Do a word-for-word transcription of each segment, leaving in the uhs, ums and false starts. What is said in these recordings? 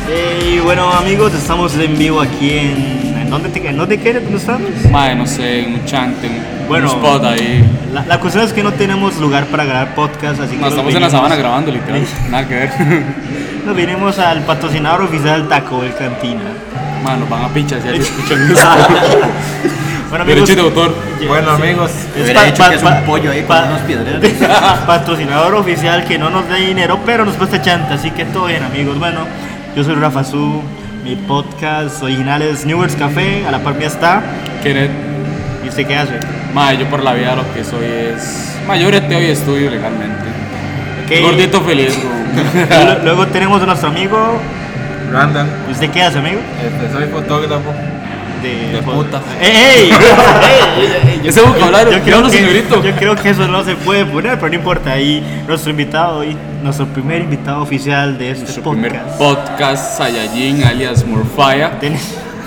Y bueno amigos, estamos en vivo aquí en... ¿En dónde te, en dónde quieres? ¿Dónde estamos? Madre, no sé, en un chante, en Bueno, un spot ahí. La, la cuestión es que no tenemos lugar para grabar podcast, así que... No, estamos vinimos, en la sabana grabando, literal. Nada que ver. Nos vinimos al patrocinador oficial Taco Bell Cantina. Mano, van a pichas ya que escuchan esto. Bueno Derecho de autor. Bueno amigos, es hubiera pa- dicho pa- que es pa- un pollo ahí pa- con unos piedreros. Patrocinador oficial que no nos da dinero, pero nos cuesta chanta, así que todo bien amigos. Bueno, yo soy Rafa Su, mi podcast original es New Worlds Café, a la par mía está. Querer. ¿Y usted qué hace? Madre, yo por la vida lo que soy es... Madre, yo breteo y estudio legalmente. Ok. Gordito feliz, bro. Lu- Luego tenemos a nuestro amigo. Randall, ¿Y usted qué hace, amigo? este, soy fotógrafo. De, De putas. ¡Ey! ¡Ey! ¡Ey! Yo- Ese vocabulario, yo creo no, que- señorito. Yo creo que eso no se puede poner, pero no importa. Ahí nuestro invitado hoy, nuestro primer invitado oficial de este Nuestro podcast. primer podcast, Saiyajin, alias Morfaya. Ten-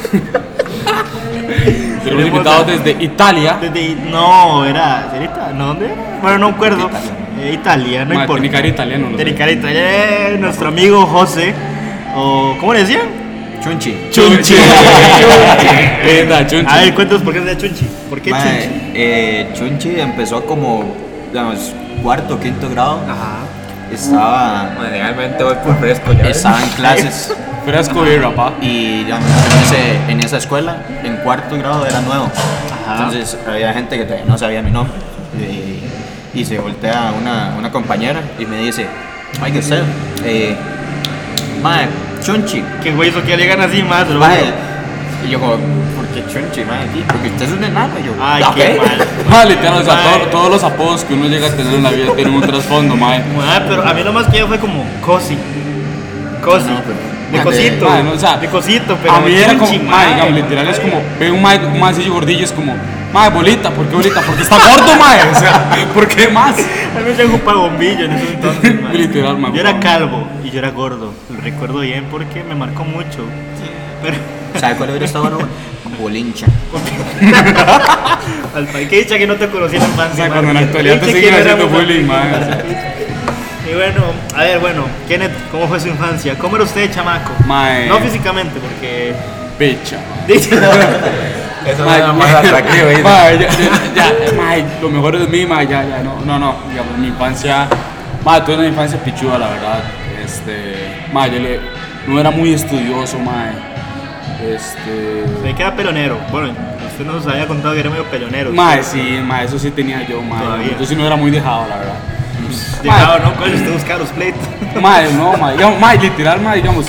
Tenemos invitados desde Italia. Desde, no, era. ¿Era Ita- ¿No, ¿Dónde era? Bueno, no acuerdo. Eh, Italia, no Madre, importa. tiene cara italiano, no sé. Tiene cara italiana. Eh, Nuestro amigo José. O, ¿cómo le decían? Chunchi. Chunchi. Linda, Chunchi. A ver, cuéntanos por qué es Chunchi. ¿Por qué Mae, Chunchi? eh, Chunchi empezó como, digamos, cuarto, quinto grado. Ajá. Estaba, Legalmente voy por fresco ya. estaba en clases Fresco y rapá. y digamos, en, ese- en esa escuela, en cuarto grado era nuevo. Ajá. Entonces había gente que todavía no sabía mi nombre. Y, y se voltea una, una compañera y me dice, ay, que usted, eh, mae, Chunchi. ¿Qué güey eso que llegan así más? Lo Mae. juro. Y yo como, ¿por qué Chunchi, mae? Sí, porque usted es un enano. Y yo, Ay, "Ok". qué mal. Madre, literal, o sea, Mae. todo- todos los apodos que uno llega a tener en la vida tienen un trasfondo, madre. Ah, pero a mí lo más que yo fue como cosi. Cosi. No, pero- de Mae, cosito. Mae, no, o sea, de cosito, pero. a mí era como, Chunchi, madre, mae. digamos, literal es como, ve un mae, un maecillo gordillo, es como, madre, bolita, ¿por qué bolita? Porque está gordo, madre, o sea, ¿por qué más? A mí me tengo un bombillo en ese entonces, mae. Literal, mae. Yo era calvo y yo era gordo. Lo recuerdo bien porque me marcó mucho. Pero. ¿Sabe cuál hubiera estado bueno? Bolincha. Al país que dicha que no te conocí en la O infancia. sea, cuando en la mae. actualidad te Dicha siguen que no haciendo éramos bullying, amigos. madre. o sea. Y bueno, a ver, bueno, Kenneth, ¿cómo fue su infancia? ¿Cómo era usted, chamaco? Mae. No físicamente, porque. Picha. Dice, Eso Mae, es lo más atractivo. ¿viste? Mae, ya, ya, ya, mae, lo mejor es mí, mae, ya, ya, no, no, no, digamos, mi infancia, mae, tuve una infancia pichuda, la verdad, este, mae, yo le, no era muy estudioso, mae, este, me queda pelonero. Bueno, usted nos había contado que era medio pelonero. mae, sí, mae, eso sí tenía yo, mae, Todavía. yo sí no era muy dejado, la verdad. Dejado, ¿no? ¿Cuál usted buscaba los pleitos? Mae, no, mae, digamos, mae, literal, mae, digamos,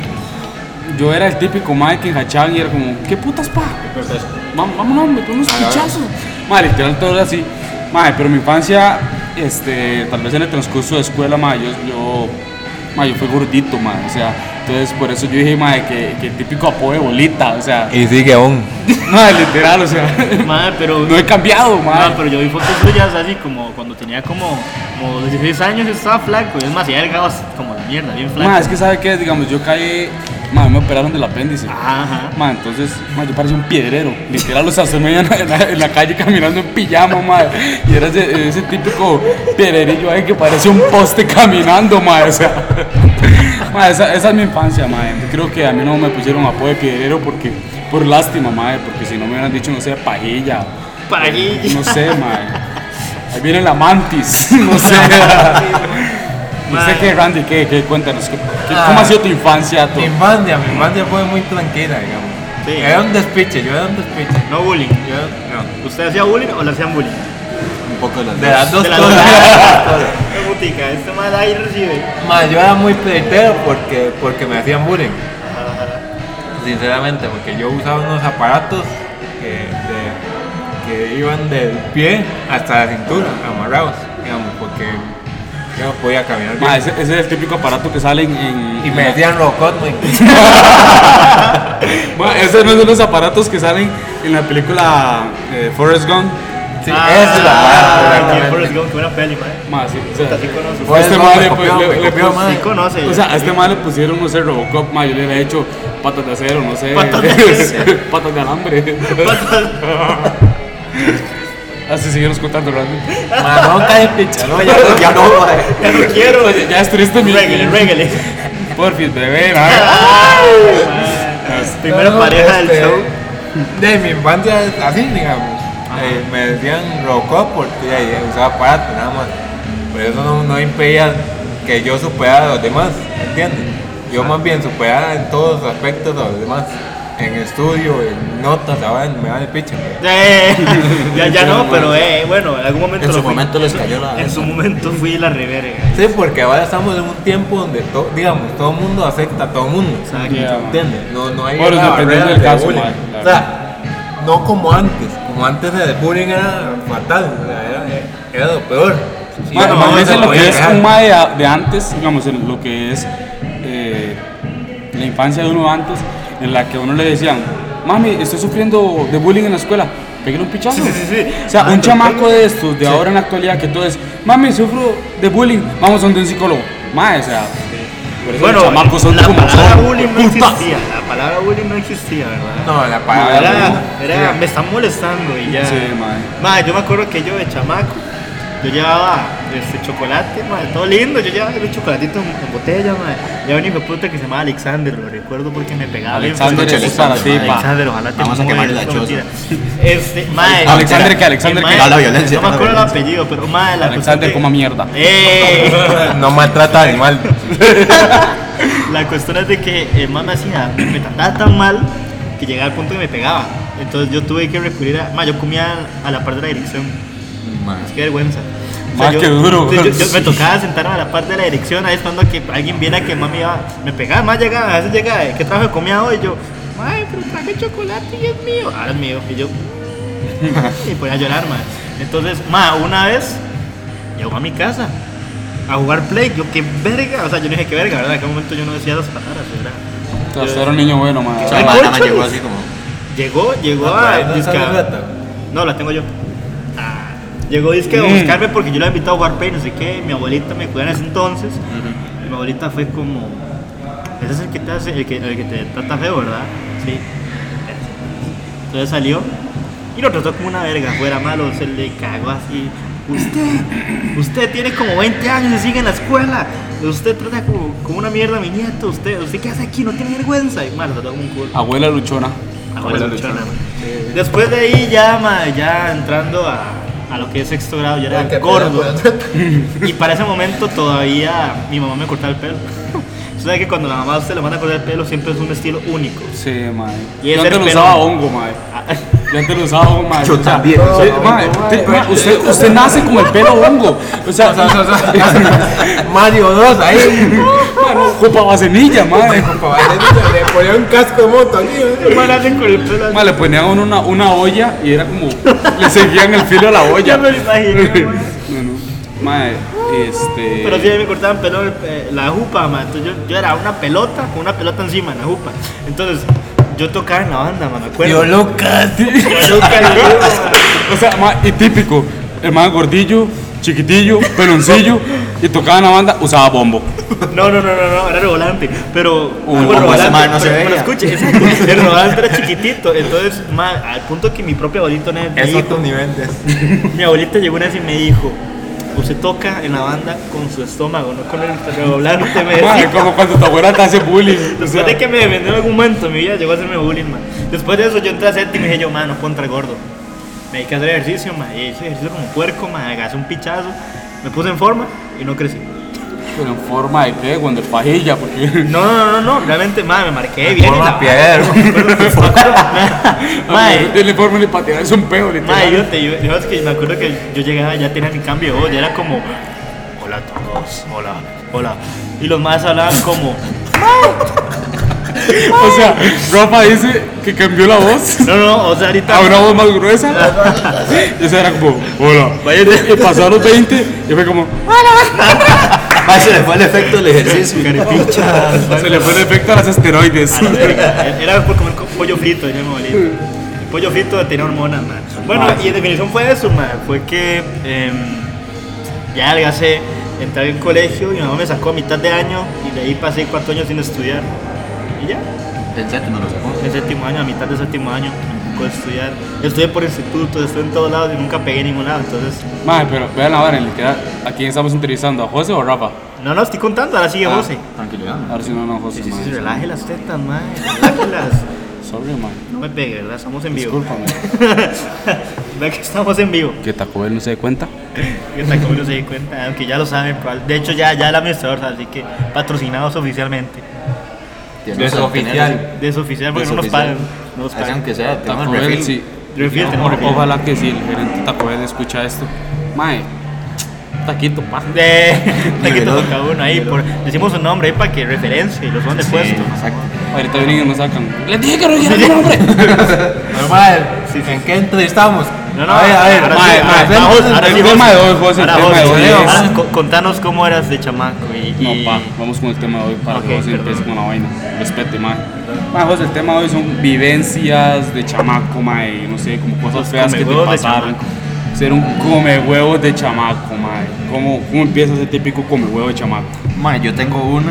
yo era el típico mae que enjachaban y era como, ¿qué putas, pa? Vam- Vámonos, me pongo unos pichazos. Mae, literal, todo era así. Mae, pero mi infancia, este, tal vez en el transcurso de escuela, mae, yo, yo, mae, yo fui gordito, mae, o sea, entonces por eso yo dije, mae, que, que típico apodo de bolita, o sea, Y sigue aún. mae, literal, o sea, Madre, pero. no he cambiado, Ah, mae. pero yo vi fotos suyas así como cuando tenía como, como dieciséis años yo estaba flaco. Y es más, ya delgado como la mierda, bien flaco. Mae, es que sabe qué, digamos, yo caí, mae, me operaron del apéndice. Ajá, ajá. Ma, entonces, ma, yo parecía un piedrero, literal, o sea, se me veían en la, en la calle caminando en pijama, ma, y era ese, ese típico piedrerillo ahí que parece un poste caminando, ma, o sea, ma, esa, esa es mi infancia, ma, yo creo que a mí no me pusieron apodo de piedrero porque, por lástima, ma, porque si no me hubieran dicho, no sé, pajilla, Pajilla. no sé, ma, ahí viene la mantis, no sé. Ma. ¿Usted qué, Randy? ¿Qué, qué? Cuéntanos, ¿qué, qué- Ah. ¿cómo ha sido tu infancia? tu- Mi infancia, mi infancia fue muy tranquila, digamos. Sí. Era un despiche, yo era un despiche. No bullying. Yo, no. ¿Usted hacía bullying o le hacían bullying? Un poco de las De dos. las dos De las cosas. dos. de las dos cosas. Qué putica, este mal ahí recibe. Ma, yo era muy pleitero porque, porque me hacían bullying. Sinceramente, porque yo usaba unos aparatos que, de- que iban del pie hasta la cintura, amarrados, digamos, porque yo no podía caminar bien. Ma, ese, ese es el típico aparato que sale en... en- Y me decían Robocop, güey. Ma, ese no es de los aparatos que salen en la película eh, Forrest Gump. Sí, Ah, ese es el aparato, ah, exactamente. que Forrest Gump, qué buena peli, mae. Ma, sí, o sea, Así conoce. Fue- este Forrest ma Gump le, me pues, copió, le- me le copió, pus- ma. Sí conoce. o sea, a este mal le pusieron, no sé, Robocop, ma, yo le había hecho patas de acero, no sé, Patas de acero. patas de alambre. Así seguimos contando realmente. Ma, no, cae picha, no, ya, ya no, ma. Ya no quiero. Ya, ya destruiste mi. Régale, régale. Porfis, bebé, ¿no? Primera No, pareja del este, show. De mi infancia es así, digamos. Eh, me decían Robocop porque eh, usaba aparato, nada más. Pero eso no, no impedía que yo superara a los demás, ¿entiendes? Yo más bien superara en todos los aspectos a los demás. En estudio, en notas, ahora me vale picha. Eh, ya, ya no, pero eh, bueno, en algún momento En lo su fui. momento les cayó la. En su momento fui la reverga. Sí, porque ahora estamos en un tiempo donde, to- digamos, todo el mundo acepta a todo el mundo. Exacto. Yeah, man. ¿Entiendes? No, no hay Bueno, una dependiendo barrera del de caso, bullying. man, la O sea, no como antes. Como antes el bullying era fatal, o sea, era, era lo peor. Sí, Bueno, no, más no bien se en lo podía que es quejar. un mae de, de antes, digamos, en lo que es eh, la infancia de uno antes, en la que a uno le decían, mami, estoy sufriendo de bullying en la escuela, pégale un pichazo. Sí, sí, sí, sí. O sea, Ah, un chamaco perfecto. de estos, de ahora en la actualidad, que todo es, mami, sufro de bullying, vamos a donde un psicólogo. Mae, o sea, por eso Bueno, los chamacos son la como palabra son. bullying no putas. existía. La palabra bullying no existía, ¿verdad? No, la palabra. Era, era, me están molestando y ya. Sí, mae. Ma, yo me acuerdo que yo de chamaco, yo llevaba este chocolate, ma, todo lindo, yo llevaba un chocolatito en, en botella, ma. Y había un hijo de puta que se llamaba Alexander, lo recuerdo porque me pegaba bien Alexander fuerte. es para ti, pa. Alexander, ojalá te Vamos a mueras, quemarle la no, choza. mentira. Este, ma, Alexander, ¿qué? Alexander, ma, ¿qué? No, la violencia, No me no, la acuerdo el violencia. apellido, pero ma, la Alexander, coma mierda. ¡Eh! No maltrata al animal. La cuestión es de que el man me hacía, me trataba tan mal que llegaba al punto que me pegaba. Entonces yo tuve que recurrir a. Ma, yo comía a la par de la dirección. Ma. Qué vergüenza. Ma, yo, qué duro. Yo, yo- yo me tocaba sentarme a la par de la dirección ahí esperando a que alguien viera que mami iba. Me pegaba, más llegaba, a veces llegaba, ¿qué trabajo de comida hoy? Y yo, ay, pero traje chocolate y es mío. Ah, es mío. Y yo, y ponía a llorar, ma. Entonces, ma, una vez llegó a mi casa a jugar play. Yo, qué verga. O sea, yo no dije qué verga, ¿verdad? En aquel momento yo no decía las palabras, ¿verdad? Entonces, era un niño bueno, mae. O sea, Ay, ma, nada más concha, llegó pues. así como. Llegó, llegó No, a. ahí no dizque sale a- plata. no, la tengo yo. Ah, llegó dizque a Mm. buscarme porque yo la he invitado a jugar play, no sé qué. Mi abuelita me cuidaba en ese entonces. Y mi abuelita fue como. Ese es el que te hace, el que, el que te trata feo, ¿verdad? Sí. Entonces salió y lo trató como una verga, fuera malo, se le cagó así. Usted, usted tiene como veinte años y sigue en la escuela. Usted trata como, como una mierda a mi nieto. Usted, ¿usted qué hace aquí? No tiene vergüenza. Y mal, lo trató como un culo. Abuela luchona. Abuela luchona, man. Después de ahí ya, ma, ya entrando a, a lo que es sexto grado, ya era Que gordo. pena, Y para ese momento todavía mi mamá me cortaba el pelo. Usted sabe que cuando la mamá a usted le manda a cortar el pelo siempre es un estilo único. Sí, mae. Y Yo ese antes lo pelo- usaba hongo, mae. Ah, Yo antes lo usaba hongo, mae. Yo O sea, también. sí, mae, te- mae, usted, usted nace con el pelo hongo. O sea, Mario dos ahí. mae, no ocupa vasenilla, mae. Le ponía un casco de moto aquí. ¿qué mal hacen con el pelo así? Mae, le ponían a uno una, una olla y era como. Le seguían el filo a la olla. Ya me lo imaginé, ma. No, no. Mae, este. Pero sí, a mí me cortaban pelo, eh, la jupa, ma. Entonces yo, yo era una pelota con una pelota encima en la jupa. Entonces yo tocaba en la banda, ma, me acuerdo. Yo loca. Yo nunca lo digo, ma. O sea, mae, y típico. El mae gordillo, chiquitillo, peloncillo. Y tocaba en la banda, usaba bombo. No, no, no, no, no, era revolante, pero... Uy, bueno, como ese man no se pero, pero veía. escuche, exacto, el revolante era chiquitito, entonces, ma, al punto que mi propio abuelito me Es dijo, otro nivel de. mi abuelita llegó una vez y me dijo, usted toca en la banda con su estómago, no con el redoblante, me Mae, decía. como cuando tu abuela te hace bullying. O Después sea, de que me defendió en algún momento en mi vida, llegó a hacerme bullying, man. Después de eso yo entré a séptimo y dije yo, man, no puedo entrar gordo. Me dediqué a hacer ejercicio, man, y hice ejercicio como puerco, man, agasé un pichazo, me puse en forma y no crecí. pero en forma de qué, cuando de pajilla, porque. No, no, no, no, realmente, man, me marqué bien. Forma y la- piedra. Mae, No tiene forma ni para tirar, es un peo, literal. mae, yo, te, yo, yo, es que me acuerdo que yo llegaba, ya tenía mi cambio de voz, ya era como, hola a todos, hola, hola. Y los más hablaban como, O sea, Rafa dice que cambió la voz no, no, o sea, ahorita. a una voz más gruesa. Y esa era como, hola. Y pasó los veinte y fue como, Ma, se le fue el efecto del ejercicio. se le fue el efecto a las esteroides. A la verga, era por comer co- pollo frito, yo me molí. El pollo frito tenía hormonas, man. Bueno, y en definición fue eso, man. Fue que em, ya adelgacé, entré al colegio y mi mamá me sacó a mitad de año y de ahí pasé cuatro años sin estudiar. Y ya, El séptimo lo sacó. en séptimo año, a mitad de séptimo año. tocó estudiar. Yo estudié por instituto, estudié en todos lados y nunca pegué en ningún lado, entonces... Mae, pero vean ahora, en literal, ¿a quién estamos entrevistando? ¿A José o a Rafa? No, no, estoy contando, ahora sigue Ah. José. Tranquilidad. Ahora sí no, no, José, Sí, sí, mae. sí, relaje las tetas, mae, relájelas. Sorry, mae. No me pegue, ¿verdad? Estamos en vivo. Discúlpame. ¿Verdad que estamos en vivo? Que Taco Bell no se dé cuenta. Que está como no se di cuenta, aunque ya lo saben. probable- De hecho, ya, ya el administrador sabe, así que patrocinados oficialmente. Tienes que obtener Desoficial. Desoficial porque no nos Desoficial. pagan. No nos Así pagan. aunque sea, tenemos Taco el Bell, refil. sí. Refil, O- tenemos refil. Ojalá que sí, el gerente Taco Bell escucha esto. Mae, taquito, pa. De, de que Nivelón. toca uno ahí. Por, decimos un nombre ahí para que referencie y los van de Sí, puesto. exacto. Ahorita vienen y nos sacan. Les dije que no dijera mi nombre. Normal, ¿en qué entrevistamos? No, no, a ver, a ver, ahora mae, sí, mae, ahora vamos, sí, ahora el sí, tema José. de hoy, José, el Ahora, tema de José, hoy ahora, es- co- contanos cómo eras de chamaco y... y- No, pa, vamos con el tema de hoy para Ok, que José perdón. empiece con la vaina. Respete, mae. Mae, José, el tema de hoy son vivencias de chamaco, mae. No sé, como cosas Los feas que te comehuevos de pasaron. chamaco. Ser un come huevos de chamaco, mae. ¿Cómo, cómo empieza ese típico come huevo de chamaco? Mae, yo tengo una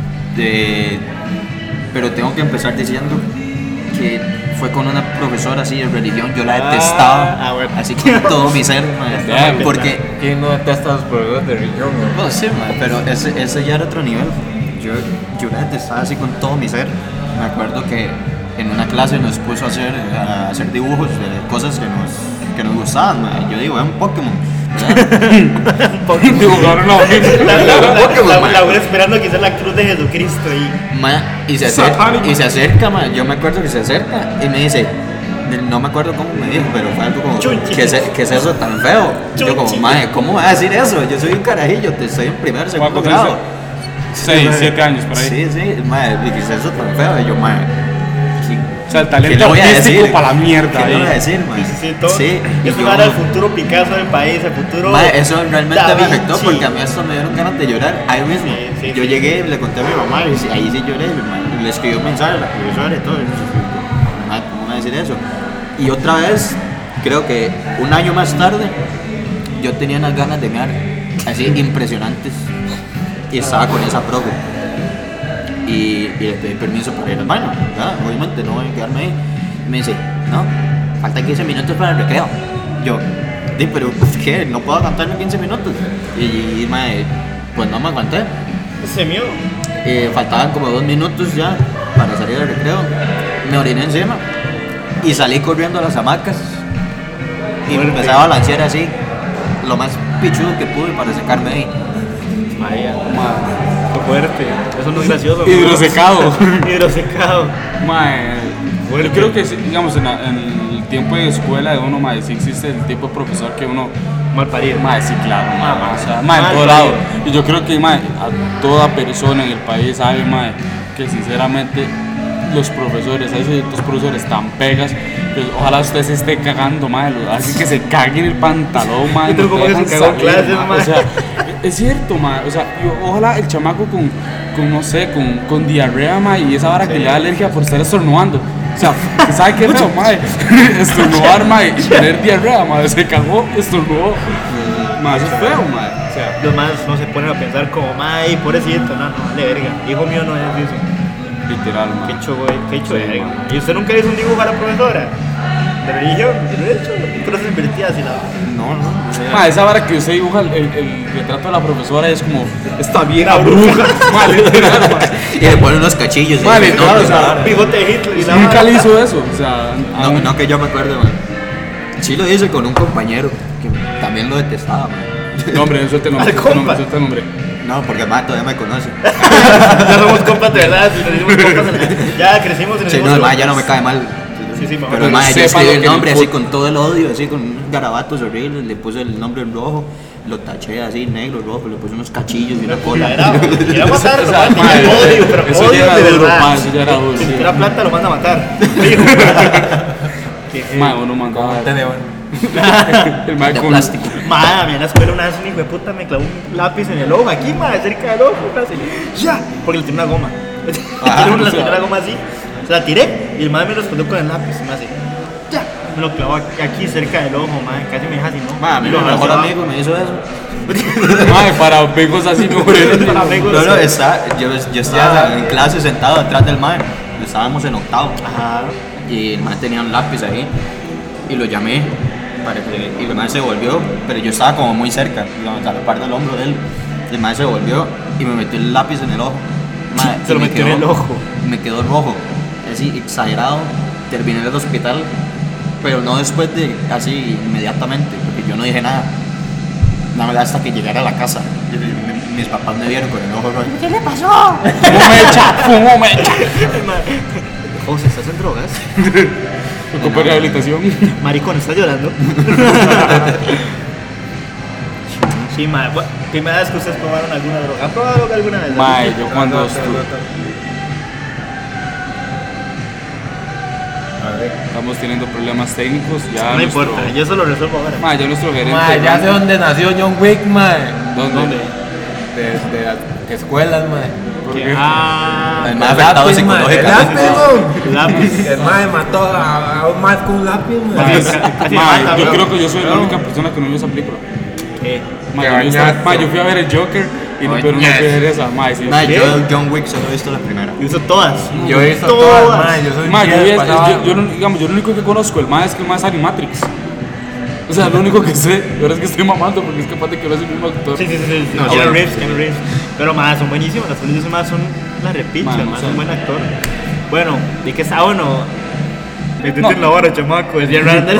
de... Pero tengo que empezar diciendo que fue con una profesora así de religión, yo la Ah, detestaba, ah, bueno. así con todo mi ser, mae, Damn. porque... ¿Quién no detesta a los proveedores de religión? no? No sé, mae, pero ese, ese ya era otro nivel. Yo, yo la detestaba así con todo mi ser. Me acuerdo que en una clase nos puso a hacer, a hacer dibujos de cosas que nos, que nos gustaban, mae. Yo digo, es un Pokémon, ¿verdad? Dibujaron la La, la, la, Pokémon, la, mae. la voy esperando que sea la cruz de Jesucristo y... Ma, y se acerca, Satánico. y se acerca, ma, yo me acuerdo que se acerca y me dice, no me acuerdo cómo me dijo, pero fue algo como, Chunchi. ¿qué es, qué es eso tan feo? Yo como, Chunchi. madre, ¿cómo vas a decir eso? Yo soy un carajillo, te estoy en primer, segundo ¿Cuántos grado. Seis, siete años por ahí. Sí, sí, madre, ¿qué es eso tan feo? Y yo, madre, O sea, el ¿qué le talento voy a artístico decir? para la mierda. ¿Qué le voy a ahí. decir, madre? Sí, sí, sí, todo. Sí, y Eso yo, era el futuro Picasso del país, el futuro... madre, eso realmente Da me afectó Vinci. porque a mí hasta me dieron ganas de llorar ahí mismo. Sí, sí, yo sí. llegué, le conté a mi mamá y sí- ahí sí lloré, mi mamá le escribió un mensaje a la profesora y todo. Y yo, madre, ¿cómo me va a decir eso? Y otra vez, creo que un año más tarde, yo tenía unas ganas de mear así impresionantes y estaba con esa profe. Y, y le pedí permiso para ir al baño, ¿verdad? Obviamente no voy a quedarme ahí. Y me dice, no, faltan quince minutos para el recreo. Yo, di, pero ¿qué? No puedo aguantarme quince minutos. Y, y mae, pues no me aguanté. Se mío. Eh, faltaban como dos minutos ya para salir del recreo. Me oriné encima y salí corriendo a las hamacas. Y me Fuerte. empecé a balancear así, lo más pichudo que pude para secarme ahí. Vaya, qué fuerte. Eso no es gracioso. Hidrosecado. Hidrosecado. Mae, yo creo que, sí, digamos, en, la- en el tiempo de escuela de uno, mae, sí existe el tipo de profesor que uno, Mal parido. mae, sí, claro, mae, Ah, o sea, mae, en mal todo parido. lado. Y yo creo que, mae, a toda persona en el país sabe, mae, que sinceramente los profesores, hay ciertos profesores tan pegas, que ojalá usted se esté cagando, mae, lo- así que se cague en el pantalón, mae. ¿Y tú no cómo te que se dejan cagó en salir, clases, mae, mae? O sea, es cierto, mae, o sea, y ojalá el chamaco con, con no sé, con, con diarrea, mae, y esa vara que le da alergia por estar estornudando. O sea, que ¿sabe qué es feo, mae? Estornudar, mae, y tener diarrea, mae, se cagó, estornudó. Mae, eso es feo, mae. O sea, Los más no se ponen a pensar como, ay, pobrecito, no, no, de verga. Hijo mío no es eso. literal, mae. Qué hecho, güey, qué hecho de Sí, verga. man. ¿Y usted nunca hizo un dibujo a la profesora? ¿De religión? ¿Lo he hecho? ¿Qué cosas invertidas y la... No, no. o sea, Ma, esa vara que usted dibuja el, el, el retrato de la profesora es como esta vieja La bruja. bruja. Ma, literal, ma. Y le ponen unos cachillos. y Vale, dicen, claro, no, o sea, claro. Bigote de Hitler y la... Nunca le hizo eso. O sea, No, aún- no que yo me acuerdo, man. Sí lo hice con un compañero que también lo detestaba, man. No, hombre, suelta el nombre. Al Suelta el compa. nombre, suelta el nombre. No, porque más todavía me conoce. Ya somos compas de verdad, si nos hicimos compas en la- ya crecimos en el Sí, mismo no, el club. mae ya no me cae mal. Sí, sí, mejor. Pero el Pero mae, yo sepa escribí lo el que le nombre así fue. con todo el odio, así con unos garabatos horribles. Le puse el nombre en rojo, lo taché así negro, rojo, le puse unos cachillos y una cola. Era, era matar, O sea, tenía madre, odio, pero eso odio ya era de duro, verdad. pa, eso ya era duro, Si sí. tuviera plata lo manda a matar. Qué Ma, uno mandaba. Tenemos. El ma De con. plástico. Madre, a mí en la escuela una vez un hijo de puta me clavó un lápiz en el ojo, aquí, madre, cerca del ojo, casi. Ya, porque le tiré una goma. Ah, Tiene una, o sea. una goma así, se la tiré y el madre me lo respondió con el lápiz y me hace, ya, me lo clavó aquí, aquí cerca del ojo, madre, casi me deja así, ¿no? Ma, mi Y lo mejor arrastraba. amigo me hizo eso. Ma, para amigos así mejor. Para amigos. No, no, está, yo, yo estaba Ah. en clase sentado detrás del mae. Estábamos en octavo. Ajá. y el man tenía un lápiz ahí y lo llamé para que, y el man se volvió, pero yo estaba como muy cerca, digamos, a la par del hombro de él. El man se volvió y me metió el lápiz en el ojo. Mae, Se lo me metió en quedó- el ojo. Me quedó rojo, así exagerado. Terminé en el hospital, pero no después de así inmediatamente, porque yo no dije nada. Nada más hasta que llegara a la casa. Y mi- Mis papás me vieron con el ojo rojo. ¿Qué le pasó? Fumo mecha, fumo mecha. José, ¿estás en drogas? Ocupa rehabilitación. Maricón, ¿estás llorando? Sí, ma. Bueno, primera vez que ustedes probaron alguna droga. ¿Han probado droga alguna vez? Mae, yo cuando estuve. Estamos teniendo problemas técnicos. Ya No nuestro- importa, yo eso lo resuelvo ahora. Mae, ya nuestro gerente. Mae, ya sé dónde nació John Wick, mae. ¿Dónde? Desde las escuelas, mae. ¿Por Que- qué? Ah, El más afectado Lápiz, mae, psicológicamente. el lápiz, mae. lápiz. El mae mató a, a un mae con un lápiz, mae. Mae, casi mae, mata, yo bro. creo que yo soy la No. única persona que no vio esa película. ¿Qué? Mae, Qué yo, vi esta- bañazo. mae, yo fui a ver el Joker y no, pero no fui a ver esa. Mae, sí. Mae, ¿Qué? yo John Wick solo he visto la primera. Yo uso todas. Yo he visto todas, mae. Yo soy Mae, yo, fiel vi- pasado. yo, yo, no- digamos, yo lo único que conozco, el mae es que el mae es Animatrix. O sea, lo único que sé, y ahora es que estoy mamando porque es capaz de que no es el mismo actor. Sí, sí, sí. sí. No, Keanu sí. Reeves, Keanu Reeves. Pero más, son buenísimas. Las películas más son la repincha, Ma, no más sé. es un buen actor. Bueno, di que está bueno. Métete No. en la hora, chamaco, decía Randall.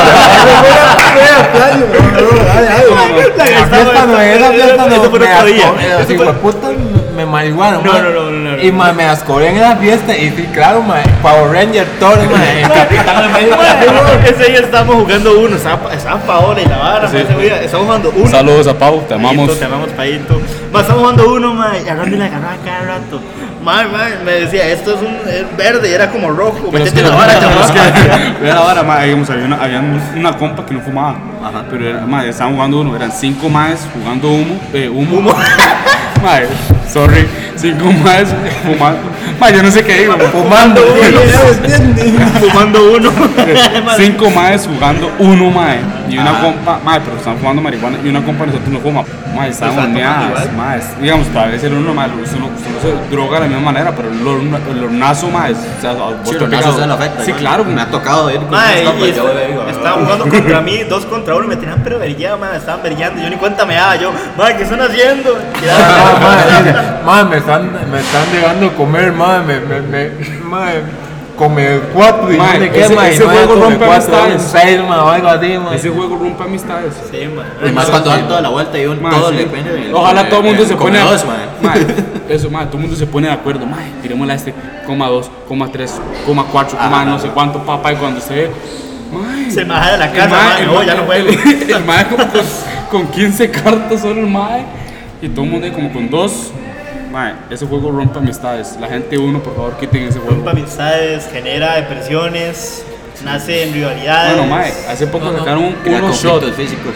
La fiesta no es, la fiesta no. Eso fue me otro día. asco- Eso Así, fue- hueputa, me marihuana, No, mae. no, no, no, no. Y mae, me ascoré en esa fiesta. Y sí, claro, mae. Power Ranger, Thor, mae. El capitán América. Ese día estábamos jugando uno, estaba, estaba Paola y la vara, Sí. ma, ese día, estábamos jugando uno. Saludos a Pau, te Payito, amamos. Te amamos, Payito. Ma, estamos jugando uno, ma, y a Randy le agarraba cada rato. Ma, ma, me decía, esto es un es verde y era como rojo. Pero es Métete que, en la vara, pero es chamaco. que, vea la vara, ma, digamos, había una, había una compa que no fumaba. Ajá. Pero era, ma, estaban jugando uno, eran cinco más jugando humo, eh, humo. Ma, sorry, cinco más fumando. Ma, yo no sé qué digo. ma. Fumando, Fumando uno. Cinco más jugando uno, mae. Y una Ah. compa, mae, pero están fumando marihuana. Y una compa de nosotros no fuma. Mae, estaban Pues están tomando horneadas, igual. mae. Digamos, tal vez el uno, mae, usted no, usted no se droga de la misma manera, pero el, horna- el hornazo, mae, o sea, a vos Sí, te los pega- nazos se lo afecta. Sí, igual. claro. Me ha tocado ir con Ma, unos y compas, est- yo digo, estaban jugando contra mí, dos contra uno, y me tenían pero vergueado, ma, estaban vergueando. Yo ni cuenta me daba, yo, ma, ¿qué están haciendo? Ah, madre, madre, me están, me están llegando a comer, madre, me, me, me, madre, come cuatro y Madre, no sé qué, ese- madre, ese y no juego come rompe cuatro, amistades. un seis, madre, o algo así, madre. Ese juego rompe amistades. Sí, ma. Y más cuando dan toda la vuelta y un Mae, todo sí. le depende. Ojalá todo el mundo se pone dos, mae. Mae, eso, mae, todo el mundo se pone de acuerdo. Mae, tirémosla a este, coma dos, coma tres, coma cuatro, coma no sé cuánto, papá. Y cuando se ve, mae, Se me baja de la el casa, mae- ma, el no, mae- ya no juego. El, el mae como con, con quince cartas solo el mae. Y todo el mundo ahí como con dos. Mae, ese juego rompe amistades. La gente uno, por favor, quiten ese juego. Rompe amistades, genera depresiones, nace en rivalidades. Bueno, mae, hace poco sacaron un Crea uno shot. conflictos físicos.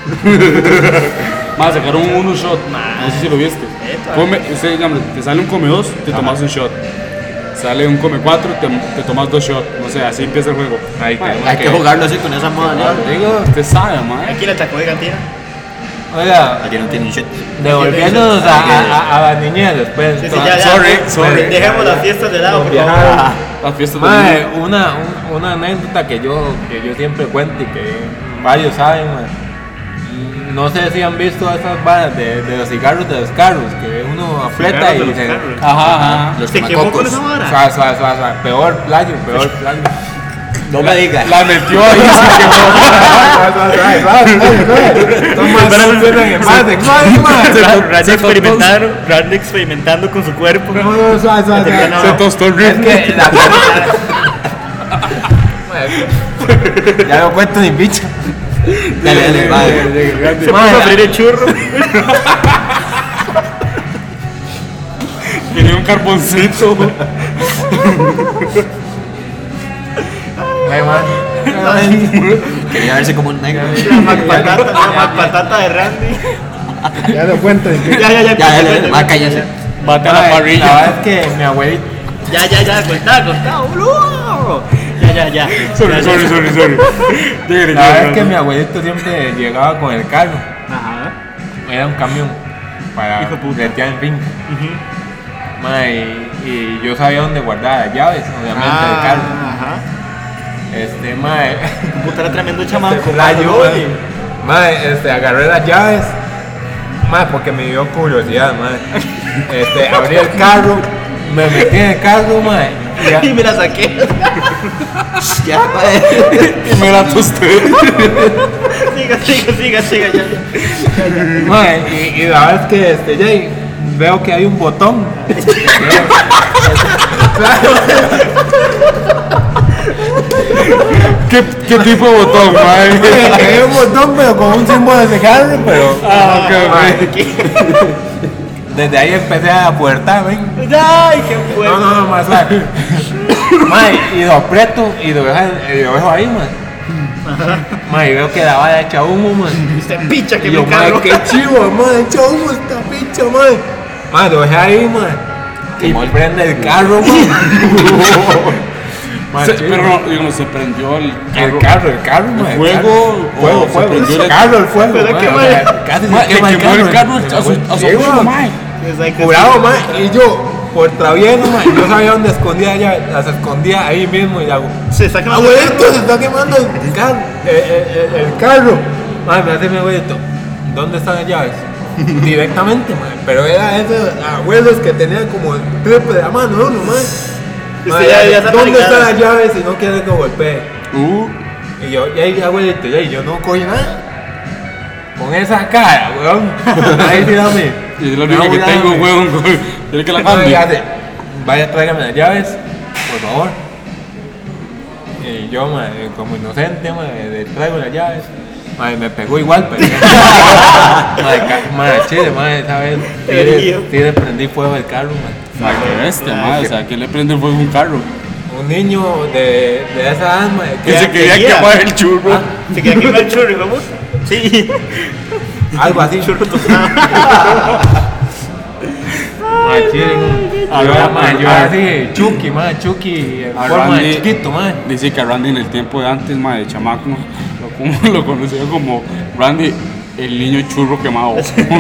Mae, sacaron un uno shot. Mae. No sé si lo viste. Epa. Come, usted, digamos, te sale un come dos, te tomas un shot. Sale un come cuatro, te, te tomas dos shots. No sé, así empieza el juego. Ahí Mae, tenemos Hay que jugarlo así con esa modalidad. Digo, Usted sabe, mae. Aquí le atacó de cantina. oiga, Aquí no tienen shit. devolviéndonos a, a, a la niñez después. Sí, sí, ya, ya. Sorry, ya. sorry. Dejemos las fiestas de lado, por favor. Viajar. Las fiestas de Mae, niños. una, un- una anécdota que yo, que yo siempre cuento y que varios saben, mae. No sé si han visto esas varas de, de los cigarros de los carros, que uno aprieta Cigarros y de los se... carros. Ajá, ajá. Los ¿Se quemó con quemacocos. esa vara? Suave, suave, suave, suave. Peor playo, peor playo. No me digas. La metió ahí, se quemó. Suave, suave, suave, suave, suave. No más suenan en más sexuales, mae. Randy experimentando, Randy experimentando con su cuerpo. No, no, suave, suave, suave. No. Se tostó el Es ritmo. que la Mae, ya no cuento ni bicho. Dale, dale, vale. Se puso a freír el churro. Tenía un carboncito. Ay, man. Quería verse como un negro. La Mac patata, la Mac patata de Randy. Ya no cuento ni bicho. Ya, ya, ya. Ya, ya, ya, va, cállese. Bate a la Mae, La parrilla. verdad es que mi abuelita. Ya, ya, ya, cortá, cortá, boludo. Ya, ya, ya. Sorry, Ya, sorry, ya. sorry, sorry. Dígale, La verdad es dígale. que mi abuelito siempre llegaba con el carro. Ajá. Era un camión para Hijo de puta. bretear en finca. Ujú. Mae, y, y yo sabía dónde guardar las llaves, obviamente, del carro. Ajá. Este, mae. Puta, era tremendo chamaco. Este, mae, playo, oye. mae, este, agarré las llaves, mae, porque me dio curiosidad, mae. Este, abrí el carro, me metí en el carro, mae. Y, a- Y me la saqué. Ya, mae. Y me la tosté. Siga, siga, siga, siga, ya. mae, y, y la verdad es que este, ya, y veo que hay un botón. ¿Qué, ¿Qué tipo de botón, mae? Hay un botón, pero con un símbolo de Harry, pero. Ah, ok, mae, desde ahí empecé a puertar, ven. Ay, qué No, bueno. no, no, más suave. Mae, y lo aprieto y lo dejo, y lo dejo ahí, man. Mae, y veo que la vara echa humo, man. Este picha que Y yo, me mae, cargo. qué chivo, man, echa humo esta picha, man. Mae, lo dejé ahí, man. Y Quemó el- prende el carro, man. Mae, Se- chivo. pero no, digamos, se prendió el El carro, el carro, man. el fuego, carro. o Fuego, se fuego. prendió El el- carro, el fuego. Pero man, qué o mal. sea, Casi Mae, se le quema el quemó carro. el carro a su, a su Sí, abuelo, man. mae. Es like Curado, man, y yo, por travieso, man, yo sabía dónde escondía ella, las escondía ahí mismo y hago, Se está quemando. abuelito, se está quemando el carro, el, el- el carro. Man, me hace mi abuelito, ¿dónde están las llaves? Directamente, man, pero era esos abuelos que tenían como el triple de la mano, ¿no? Man. Man, Este ya- ya está ¿dónde marcado. están las llaves si no quieren que golpee? Uh, Y yo, y ahí, abuelito, y ahí, yo no cogí nada. Con esa cara, weón. Ahí sí, dame. y es lo No, único que dame. tengo, weón. ¿Quiere que la Entonces, cambie? hace, vaya, tráigame las llaves, por favor. Y yo, madre, como inocente, madre, le traigo las llaves. Madre, me pegó igual, pero. madre, ca- madre, chile, madre, esa vez sí le, sí le prendí fuego al carro, madre. Mae, qué bestia, mae. O sea, ¿quién le prende fuego a un carro? Un niño de, de esa edad, madre, Que se quería quería. quemar el churro. Se quería quemar el churro, ¿no? Sí. algo así. Churro tostado. Madre, chile, A yo ver, era, madre, yo a era ver. así, Chucky, madre, Chucky, en A forma de Randy- chiquito, madre. Dice que a Randy en el tiempo de antes, mae, de chamaco, lo, como- lo conocía como Randy, el niño churro quemado.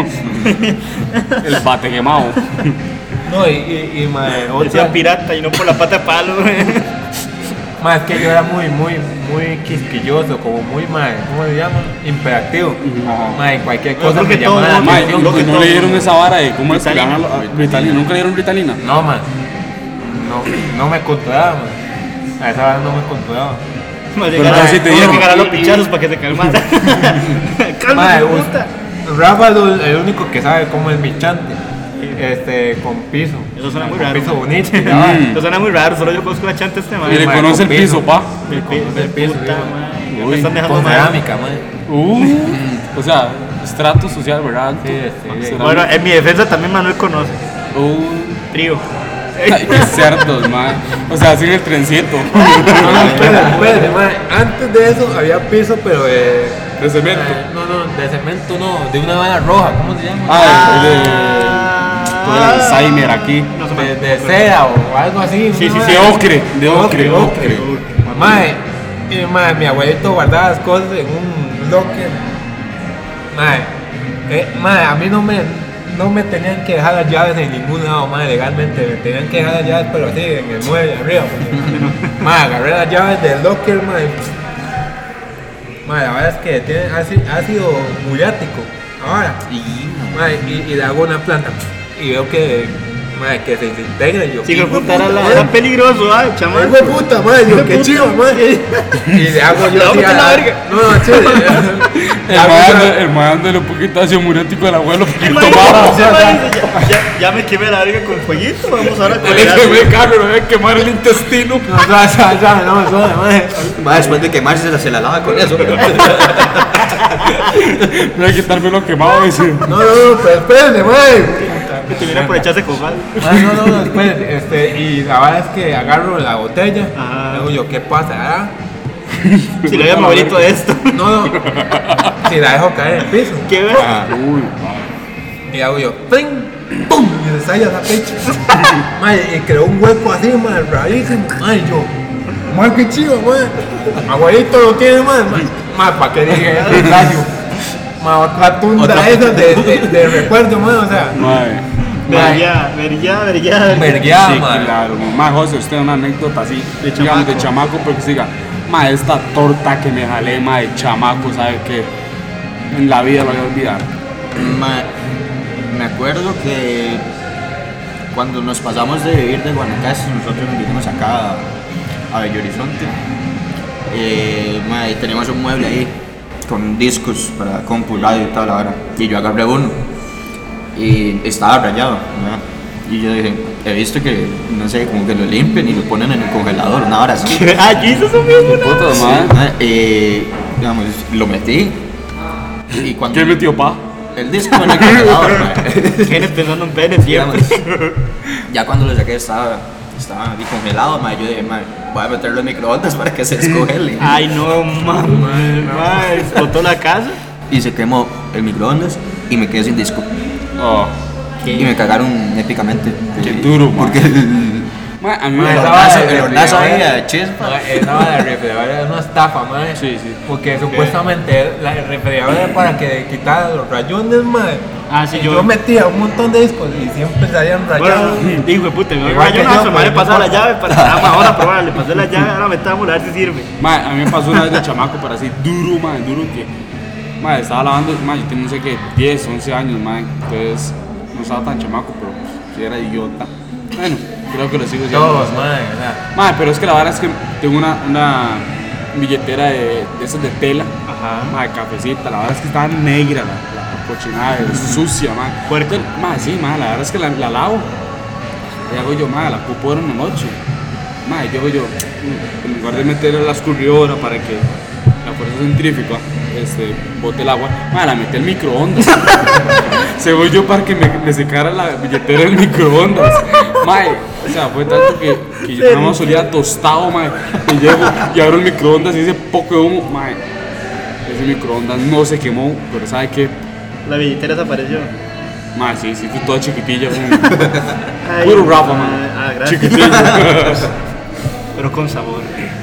El bate quemado. No, y, y, y madre, Decía otra. pirata y no por la pata de palo. Más que yo era muy, muy, muy quisquilloso, como muy, mae, ¿cómo se llama? Imperactivo. Mae, cualquier cosa creo me que todo llamaba la mundo- Mae, atención. ¿y lo que no todo- le dieron esa vara de cómo es que le dan a Ritalina. la- a- Ritalina? ¿Nunca le dieron Ritalina? No, man. No, no me controlaba, man. A esa hora no me controlaba. Más Pero llegar a, sí te no, dieron. llegar a los pichazos para que se calmara. Mae, Cálmate, us- puta. Rafa es el único que sabe cómo es mi chante. Este, con piso. Eso suena muy Con raro. piso bonito. Mm. Eso suena muy raro, solo yo conozco la chanta este man. Y le mae, conoce el con piso, piso. pa. El pi- Con el el piso, puta, sí, man. Ya Uy, me están dejando Con mal. cerámica, man. Uh, o sea, estrato social, ¿verdad? Sí, este, Será- Bueno, en mi defensa también Manuel conoce. Uh, Trío. ay, qué cerdos, man. O sea, sin el trencito. No, no, espérate, espérate, man. Antes de eso había piso, pero de. De cemento. Eh, No, no, de cemento no, de una vara roja, ¿cómo se llama? Ah, el de todo el Alzheimer aquí. No se me de, de acuerdo. seda o algo así. Sí, una sí, vara- De ocre, de ocre, ocre. ocre. Mae, y mae, mi abuelito guardaba las cosas en un locker. Mae, eh, mae, a mí no me, no me tenían que dejar las llaves en ningún lado, mae, legalmente. Me tenían que dejar las llaves, pero así, en el mueble arriba. Mae, agarré las llaves del locker, mae. Mae, la verdad es que tiene, ha, si- ha sido muy ático. Ahora, mae, y, y le hago una planta. Y veo que, mae, que se desintegra. Y yo, Sí, que hijo de puta era, la- mae. era peligroso, ay, chaval. Hijo de puta, madre, yo qué chido, madre. Y le hago yo No, así vete a la a- verga. No, no, chévere. Le El hago mae yo- anda- el mae dándole un poquito hacia muriático al abuelo porque Mae, tomaba. o sea, mae, ya, ya, ya me quemé la verga con fueguito. Vamos ahora con Le quemé el carro, le voy a quemar el intestino. No, suave, suave, suave, no, suave, madre. Mae, después de quemarse se la lava con eso. Voy a quitarme lo quemado, dice. No, no, no, pero espérense, madre. que te viene por echarse con mal. Madre, no, no, no, espérense. Este, y la verdad es que agarro la botella. Ajá. Digo yo, ¿qué pasa? ah? Si le veía mi abuelito de esto. No, no. Si la dejo caer en el piso. ¿Qué ves? Uy, Y hago yo, ¡pring! ¡Pum! Y se sale la pecha. Madre, y creó un hueco así, madre, rarísimo. Madre, yo, madre, qué chido, madre. Abuelito lo tiene, madre. Madre, ¿para qué dije eso? Rayo. Madre, otra tunda Otra- esa de, de, de recuerdo, madre, o sea. mae. Verguía, verguía, verguía. Vergueada, Sí, mae. claro. Mae, José, usted una anécdota así, De digamos, de chamaco. chamaco, porque siga, mae, esta torta que me jalé, mae, de chamaco, ¿sabe qué? En la vida lo voy a olvidar. Ma- me acuerdo que cuando nos pasamos de vivir de Guanacaste, nosotros nos vinimos acá a, a Bello Horizonte. Eh, ma, y teníamos un mueble ahí con discos para compu, radio y toda la hora. Y yo agarré uno y estaba rayado, ¿verdad? Y yo dije, he visto que, no sé, como que lo limpian y lo ponen en el congelador, una hora así. Ah, yo hice eso mismo, ¿no? Puta, Sí, mae. ma, eh, digamos, lo metí. Y cuando ¿Qué metió pa? el disco en el congelador, ma, Tienes pensando en pene siempre. digamos, ya cuando lo saqué estaba, estaba ahí congelado, ma, yo dije, ma, voy a meterlo en microondas para que se descongele. Ay, no, mamá, mamá, explotó la casa. Y se quemó el microondas y me quedé sin disco. Oh, Y me cagaron épicamente. qué duro, mae. Porque el, Mae, a mí Mae, me el esa da... hornazo, vara de el hornazo ahí refrigerador. a chispa. Mae, esa vara de refrigerador es una estafa, mae. Sí, sí. Porque supuestamente la el refrigerador era para que quitara los rayones, mae. Ah, sí, Y yo- yo metía un montón de discos y siempre salían rayados. Bueno, dijo de puta, me Igual voy que a yo, rayonazo, pues, me no pasar la importa. llave para ah, ma, ahora probar, le pasé la llave, ahora metamos a ver si sirve. Mae, a mí me pasó una vez de chamaco, pero así duro, mae, duro que... Mae, estaba lavando, mae, yo tenía no sé qué, diez, once años, mae. Entonces, no estaba tan chamaco, pero sí era idiota. Bueno, creo que lo sigo siendo. Todos, mae, ¿verdad? Mae, pero es que la verdad es que tengo una, una billetera de, de esas de tela. Ajá. Mae, cafecita, la verdad es que estaba negra la, la cochinada, es sucia, mae. Puerco. Entonces, mae, sí, mae, la verdad es que la, la lavo. Y hago yo, mae, la cupo en una noche. Mae, digo yo, en lugar de meterle la escurridora para que la fuerza centrífuga este, bote el agua, mae, la metí al microondas. Se voy yo para que me, me secara la billetera del microondas. Mae, o sea, fue tanto que, que yo nada más olía tostado, mae. Y llego y abro el microondas y ese poco de humo, mae. Ese microondas no se quemó, pero ¿sabe qué? La billetera desapareció. Mae, sí, sí, fue toda chiquitilla. Fue Ay, puro Rafa, ma, mae. Ah, gracias. Chiquitilla. Pero con sabor.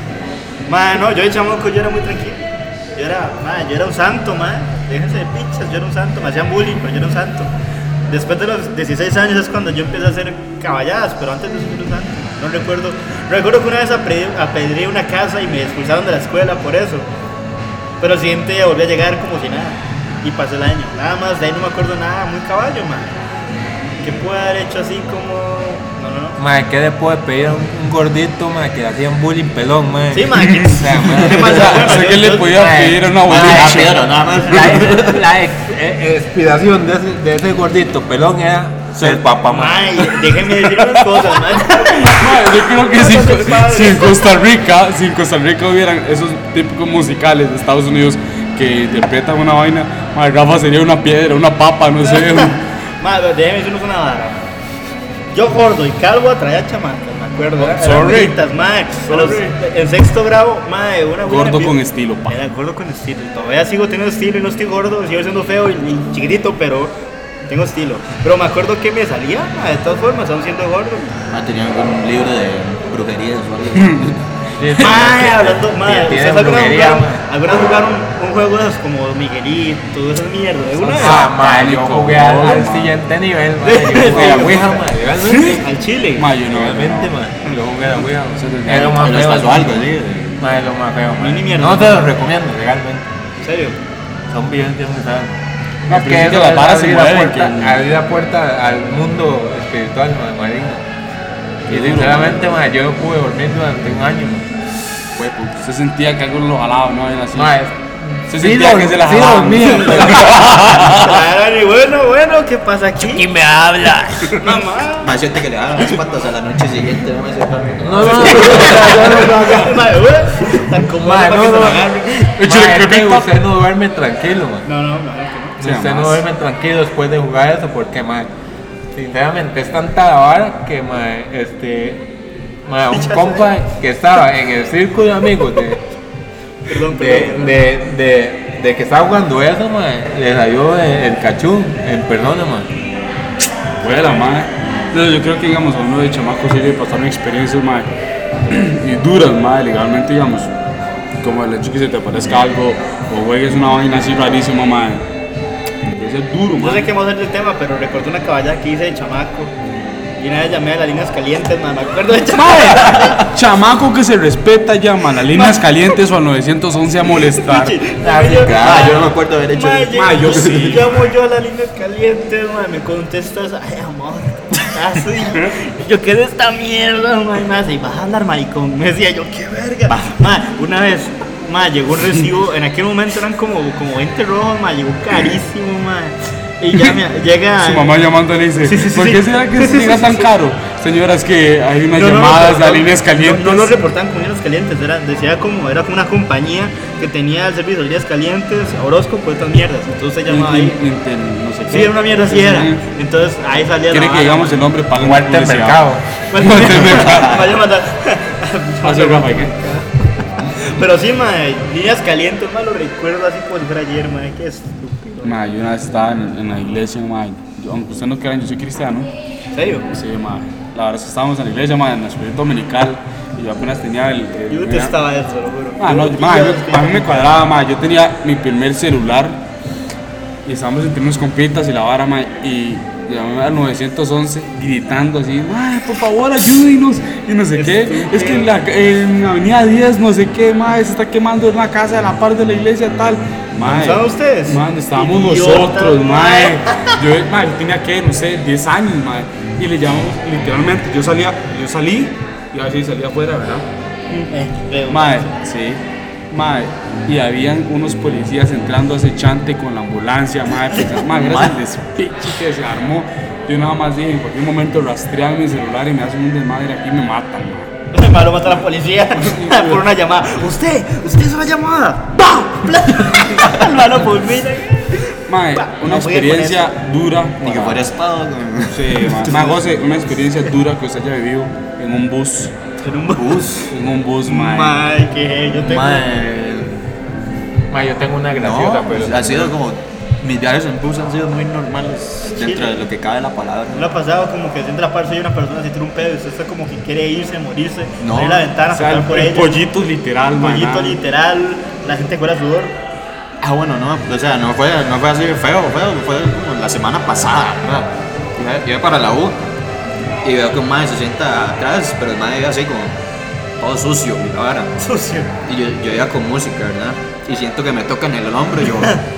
Ma, no, yo de chamaco yo era muy tranquilo. Yo era, ma, yo era un santo, ma. Déjense de pichas, yo era un santo. Me hacían bullying, pero yo era un santo. Después de los dieciséis años es cuando yo empecé a hacer caballadas, pero antes de eso yo era un santo. No recuerdo. Recuerdo que una vez apedreé, apedreé una casa y me expulsaron de la escuela por eso. Pero el siguiente día volví a llegar como si nada. Y pasé el año. Nada más, de ahí no me acuerdo nada. Muy caballo, ma. ¿Qué puede haber hecho así como.? No, no, no. Mae, ¿qué le puede pedir a un, un gordito, mae, que le hacían bullying pelón, mae? Sí, ma. ¿Qué, O sea, mae. ¿qué pasa? Bueno, Sé yo- que le yo- podía mae, pedir a una Ah, boliche. Pedro, nada más. La, la ex- eh, expiración de ese, de ese gordito pelón era ser papá, mae. Mae, déjenme decir unas cosas, mae. Mae, yo creo que No, si, no te pases. si en Costa Rica, si en Costa Rica hubieran esos típicos musicales de Estados Unidos que interpretan una vaina, mae, Rafa sería una piedra, una papa, no sé. Mae, déjenme decirnos una vara. Yo gordo y calvo atraía chamacas, me acuerdo. Eran- eran Sorry. bonitas, mae. A los- En sexto grado, mae, una buena Gordo pie- con estilo, pa. Era gordo con estilo. Todavía sigo teniendo estilo y no estoy gordo, sigo siendo feo y, y chiquitito, pero tengo estilo. Pero me acuerdo que me salía, mae, de todas formas, aún siendo gordo. Ah, tenía un libro de brujerías o algo. Mae, hablando, mae, tiene ¿ustedes alguna vez brujería, jugaron, mae. alguna vez jugaron un juego de esos como Miguelito, esas mierdas? ¿Alguna vez? Ah, mae, yo Pánico, jugué al, al mae. siguiente nivel, mae. Yo jugué a la Ouija, mae, legalmente. Al Chile. Mae, yo no. Legalmente, mae. Yo jugué a la Ouija, mae. Era lo más ¿Les feo. pasó algo, sí? Mae, lo más feo, No, ni mae. mierda. No te lo recomiendo, legalmente. ¿En serio? Son vivencias muy feas. No, Es pero que sí que eso las es varas se abrir la mueven, puerta, que- abrir la puerta al mundo espiritual, mae, maligno. Qué Y duro, sinceramente, mae, yo no pude dormir durante un año, mae. Fue, pues, se sentía que algo lo jalaba, ¿no? Era así. Mae, Se sí sentía dor- que se la sí jalaban. dormía, pero- Claro, y bueno, bueno, ¿qué pasa aquí? me habla? Mamá. Más gente que le daban las patas a la noche siguiente, no me sé. No, no, no, no, no, no, no. Madre, güey, tan cómodo Mae, para no, que se no. lo agarre. Mae, es que usted no duerme tranquilo, mae. No, no, no, es que no. Sí, Usted no además. duerme tranquilo después de jugar eso porque, mae, sinceramente es tanta la vara que, mae, este, mae, un compa que estaba en el círculo de amigos de, Perdón, de, perdón. de, de, de que estaba jugando eso, mae, le salió el, el cachú en persona, mae. Vuela, mae. No, yo creo que, digamos, a uno de chamaco sirve de pasar experiencias, mae, y duras, mae, legalmente, digamos, como el hecho que se te aparezca algo o juegues una vaina así rarísima, mae. policial duro, Yo man. sé que vamos a hacer del tema, pero recuerdo una caballa que hice de chamaco. Y una vez llamé a las líneas calientes, man, me acuerdo de chamaco. Mae, chamaco que se respeta llama a las líneas calientes o al nueve once a molestar. Ah, yo no me acuerdo haber hecho eso. Ma, yo sí. Llamo yo a las líneas calientes, man, me contestas, ay, amor, ¿cómo estás? Y yo, ¿qué es esta mierda, man? Me dice, vas a hablar, maricón. Me decía yo, qué verga. Man, una vez, man, llegó un recibo, en aquel momento eran como, como veinte rojos, man, llegó carísimo, man. Y ya me, llega. Su mamá llamando le dice, Sí, sí, sí, ¿por sí. qué será que Sí, se sí, llega sí, tan sí. caro? Señora, es que hay unas No, no, no, llamadas no, a no, líneas calientes. No, no lo reportaban como líneas calientes, era, decía como, era como una compañía que tenía el servicio de líneas calientes, horóscopo, estas mierdas. Entonces se llamaba ahí. Inter- no sé Sí, qué. era una mierda así era. Entonces ahí salía Quiere la que digamos el nombre, pagan Muerte en publicidad. mercado. Vaya a mandar. Pase, Rafa, ¿qué? Pero sí, mae, líneas calientes, mae, lo recuerdo así como si fuera ayer, mae, qué estúpido. Ma, yo una vez estaba en, en la iglesia, ma, yo- aunque usted no crean, yo soy cristiano. ¿En serio? Sí, ma, la verdad es que estábamos en la iglesia, ma, en la escuela dominical, y yo apenas tenía el... el- Yo detestaba eso, lo juro. Ah, no, Yo- ma, a mí, Dios, me- a mí me cuadraba, ma, yo tenía mi primer celular, y estábamos entre unos compitas y la vara, ma, y llamé al nueve once gritando así, ma, por favor ayúdenos, y no sé qué, es que en la, en la avenida diez, no sé qué, ma, se está quemando una casa a la par de la iglesia tal. Ma, ¿Estaban ustedes? Man, estábamos Idiotas, nosotros, mae. mae. Yo, mae, yo tenía que, no sé, diez años, mae. Y le llamamos, literalmente, yo salía, yo salí y así salía afuera, ¿verdad? Eh, veo. Mae, sí. Mae, y habían unos policías entrando a ese chante con la ambulancia, mae. Pensando, mae, gracias al despiche que se armó. Yo nada más dije, en cualquier momento rastrean mi celular y me hacen un desmadre aquí y me matan, mae. El malo mata a la policía por una llamada. Usted, usted es una llamada. ¡Pam! El malo fulmina. Mae, Pa, una no voy a experiencia dura. Ni que para- fuera estado. güey. Sí, mae. Mae, José, una experiencia dura que usted haya vivido en un bus. En un bus. En un bus, mae. Mae, que yo tengo. Mae, Ma, yo tengo una graciosa, no, pero. ha sido como. Mis viajes en bus han sido muy normales dentro de lo que cabe la palabra. ¿No le ha pasado como que entra la parte y una persona se tira un pedo y usted está como que quiere irse, morirse, No. abrir la ventana, O sea, el, saltar por el ella? pollito literal, mae. Pollito nada. literal, la gente cuela sudor. Ah, bueno, no, o sea, no fue, no fue así feo, feo, fue como la semana pasada, ¿verdad? Iba, iba para la U y veo que un mae se sienta atrás, pero el mae iba así como todo sucio, y la vara. Sucio. Y yo, yo iba con música, ¿verdad? Y siento que me tocan el hombro y yo,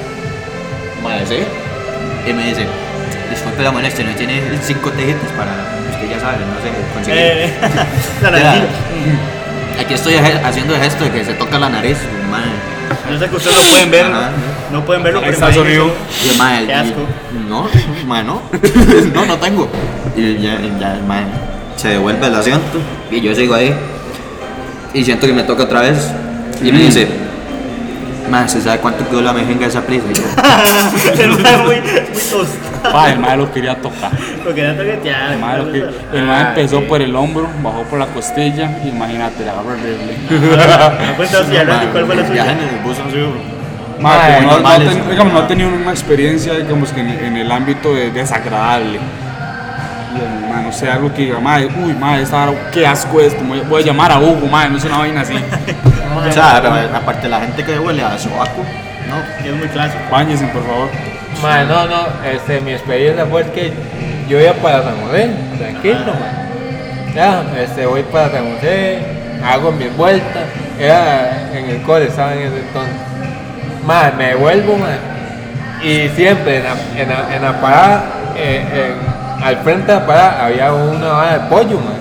mae, ¿sí? Y me dice, disculpe la molestia, no tiene cinco tejitos para, usted ya sabe, no sé, conseguir. Eh, la Ya, nariz. aquí estoy eje- haciendo el gesto de que se toca la nariz, mae. Yo sé que ustedes no pueden verlo, Ajá. no pueden verlo, Ahí pero está el sonido. imagínenselo. Y el mae, Qué y- asco. no, mae, no, no, no tengo. Y ya, ya el mae se devuelve el asiento y yo sigo ahí. Y siento que me toca otra vez. Y me dice, mae, ¿se sabe cuánto quedó la mejenga de esa prisa? Y yo, El mae muy, muy tostado. Pa, el mae lo quería tocar. Lo quería toquetear. El mae, lo que- el mae Ah, empezó sí. por el hombro, bajó por la costilla y imagínate, le agarró horrible. Me cuenta si Randy, ¿cuál fue la el viaje suya? en el bus han sido Mae, Mae, pero no, no, normales. ten- digamos, no he tenido una experiencia, digamos, que en, en el ámbito de desagradable. Y el mae, no sé, algo que diga, mae, uy, mae, esta vara, qué asco esto, voy a, voy a llamar a Hugo, mae, no es una vaina así. O sea, aparte de la gente que huele a sobaco, no. Que es muy clásico. Báñense, por favor. Ma, no, no, este, mi experiencia fue que yo iba para San José, tranquilo, ma. Ya, este, voy para San José, hago mis vueltas, era en el cole, estaba en ese entonces. Ma, me devuelvo, ma, y siempre en la, en la, en la parada, eh, en- al frente de la parada había una vara de pollo, ma.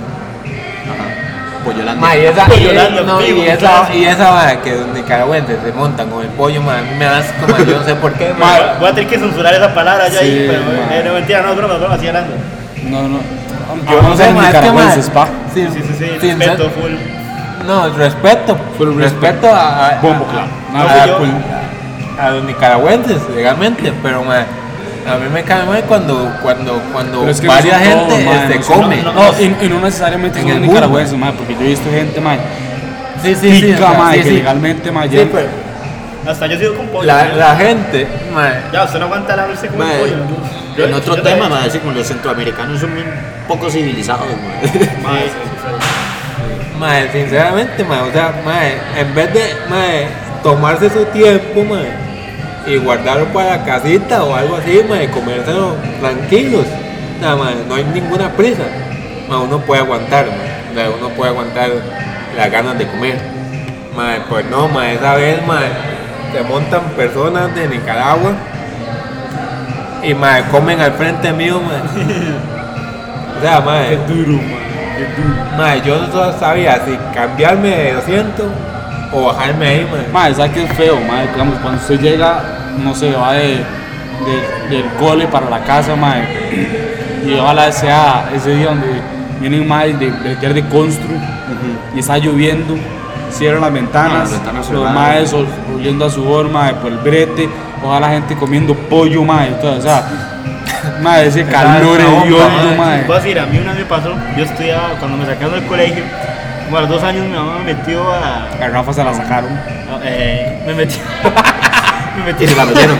Pues yo la Ma, y esa, Pollo y, Holanda, no, fijo, y esa, clásico. y esa vara que los nicaragüenses se montan con el pollo, ma, a mí me da asco, ma, yo no sé por qué, ma. Ma, voy a tener que censurar esa palabra ya Sí, ahí, pero ma. eh, no mentira, no, es broma, es broma, así hablando. No, no. Yo no sé, ma, es que, ma, nicaragüenses, pa. sin- Sí, sí, sí, sin respeto ser- full. No, respeto, Full respeto a, a, Bombo clap. No, Nada, fui yo. pues, a los nicaragüenses, legalmente, pero ma, a mí me cae mal cuando, cuando, cuando pero es que no varias son todos, gente mae, este, no son- come. no, No, y, y no necesariamente En son el bus, nicaragüenses, mae, porque yo he visto gente, mae, Sí, sí, sí, tica, o sea, mae, sí, que sí. legalmente, mae, Sí, ya- pero Hasta yo he sido con pollo. la, ¿no? la gente, ma, Ya, usted no aguanta la verse con Mae, pollo. ¿no? Yo- en otro yo tema, también. mae, así como los centroamericanos son bien poco civilizados, mae. Mae, sí, sí, ma, sinceramente, ma, o sea, ma, en vez de ma, tomarse su tiempo, ma, y guardarlo para la casita o algo así, mae, comérselo tranquilos. Nada más, no hay ninguna prisa. Mae, uno puede aguantar, mae. O sea, uno puede aguantar las ganas de comer. Mae, pues no, mae, esa vez, mae, se montan personas de Nicaragua y mae, comen al frente mío, mae. O sea, mae, Qué duro, mae. Qué duro. mae, yo no sabía si cambiarme de asiento o bajarme ahí, mae. Mae, ¿sabes qué es feo, mae? Digamos, cuando usted llega, no sé, va de, de- del cole para la casa, mae, y ojalá sea ese día donde vienen mae de, de, de, de constru y está lloviendo, cierran las ventanas, Ah, las ventanas los cerradas. maes ol- oliendo a sudor, mae, por el brete, ojalá la gente comiendo pollo, mae, y todo, o sea, mae, ese calor una bomba, hediondo, mae. Voy a decir, a mí una vez me pasó, yo estudiaba, cuando me sacaron del colegio, como a los dos años mi mamá me metió a... A Rafa se la sacaron. a- eh, me metió... me metió... Y se la metieron.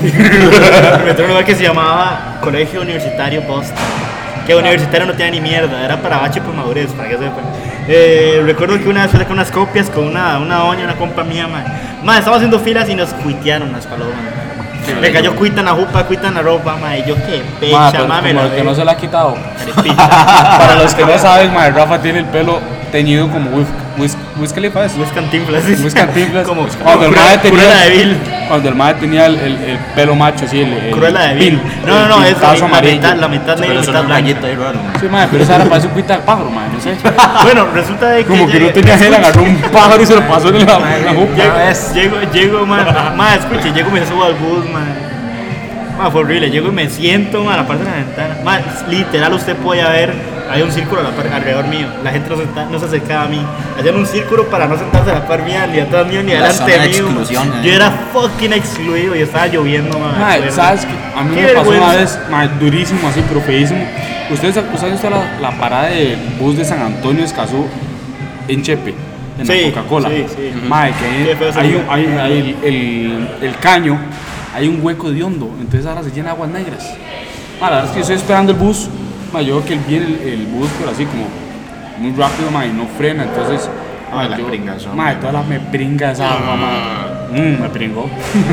me metió a un lugar que se llamaba Colegio Universitario Boston. Que universitario no tenía ni mierda, era para bache por madurez, para que sepan. Eh, recuerdo que una vez fui a sacar unas copias con una, una doña, una compa mía, man. Man, estaba haciendo filas y nos cuitearon las palomas. man. Me cayó cuita en la jupa, cuita en la ropa, man. Y yo, qué Mae, pecha, pero man, me como la el que ve. no se la ha quitado. Arepita. Para los que no saben, mae, Rafa tiene el pelo teñido como Wiz, Wiz, Wiz Khalifa, ¿es? Wiz Cantinflas. Wiz Cantinflas. Como cuando el mae tenía, Cruella de Vil. cuando el mae tenía el, el, el pelo macho, sí, el, el Cruella de Vil. pin- No, no, el no, es la, pintazo la amarillo. mitad, la mitad Pero negra, eso mitad es un blanca. rayito ahí raro, mae. Sí, mae, pero esa ahora parece un cuita de pájaro, mae, no sé. Bueno, resulta de que. Como que no llegué- tenía gel, agarró un pájaro y se lo pasó en la, en la jupa. Llego, llego, llego, man, man, escuche, llego y me subo al bus, man. Man, fue horrible, llego y me siento, man, a la parte de la ventana. Man, literal, usted puede ver, hay un círculo a la par, alrededor mío. La gente no se, está- no se acercaba a mí. Hacían un círculo para no sentarse a la par mía, ni atrás mío, ni La delante zona de mío. man. exclusión, eh. Yo era fucking excluido y estaba lloviendo, man. Mae, acuerdo. ¿sabes qué? A mí Qué me pasó una vergüenza. vez, mae, durísimo, así, pero feísimo. ¿Ustedes ustedes han visto la, la parada del bus de San Antonio Escazú en Chepe? En Sí, la Coca-Cola. sí, sí. Mae, que Qué feo ese hay, hay, lugar. un- hay- hay el, el, el caño, hay un hueco de hondo, entonces ahora se llena de aguas negras. Mae, la verdad es que yo estoy esperando el bus, mae, yo veo que viene el, el bus, pero así como muy rápido, mae, y no frena, entonces... Ay, la yo- pringazón, Mae, mae. todas las me pringa esa agua, mae. Mm, me pringó.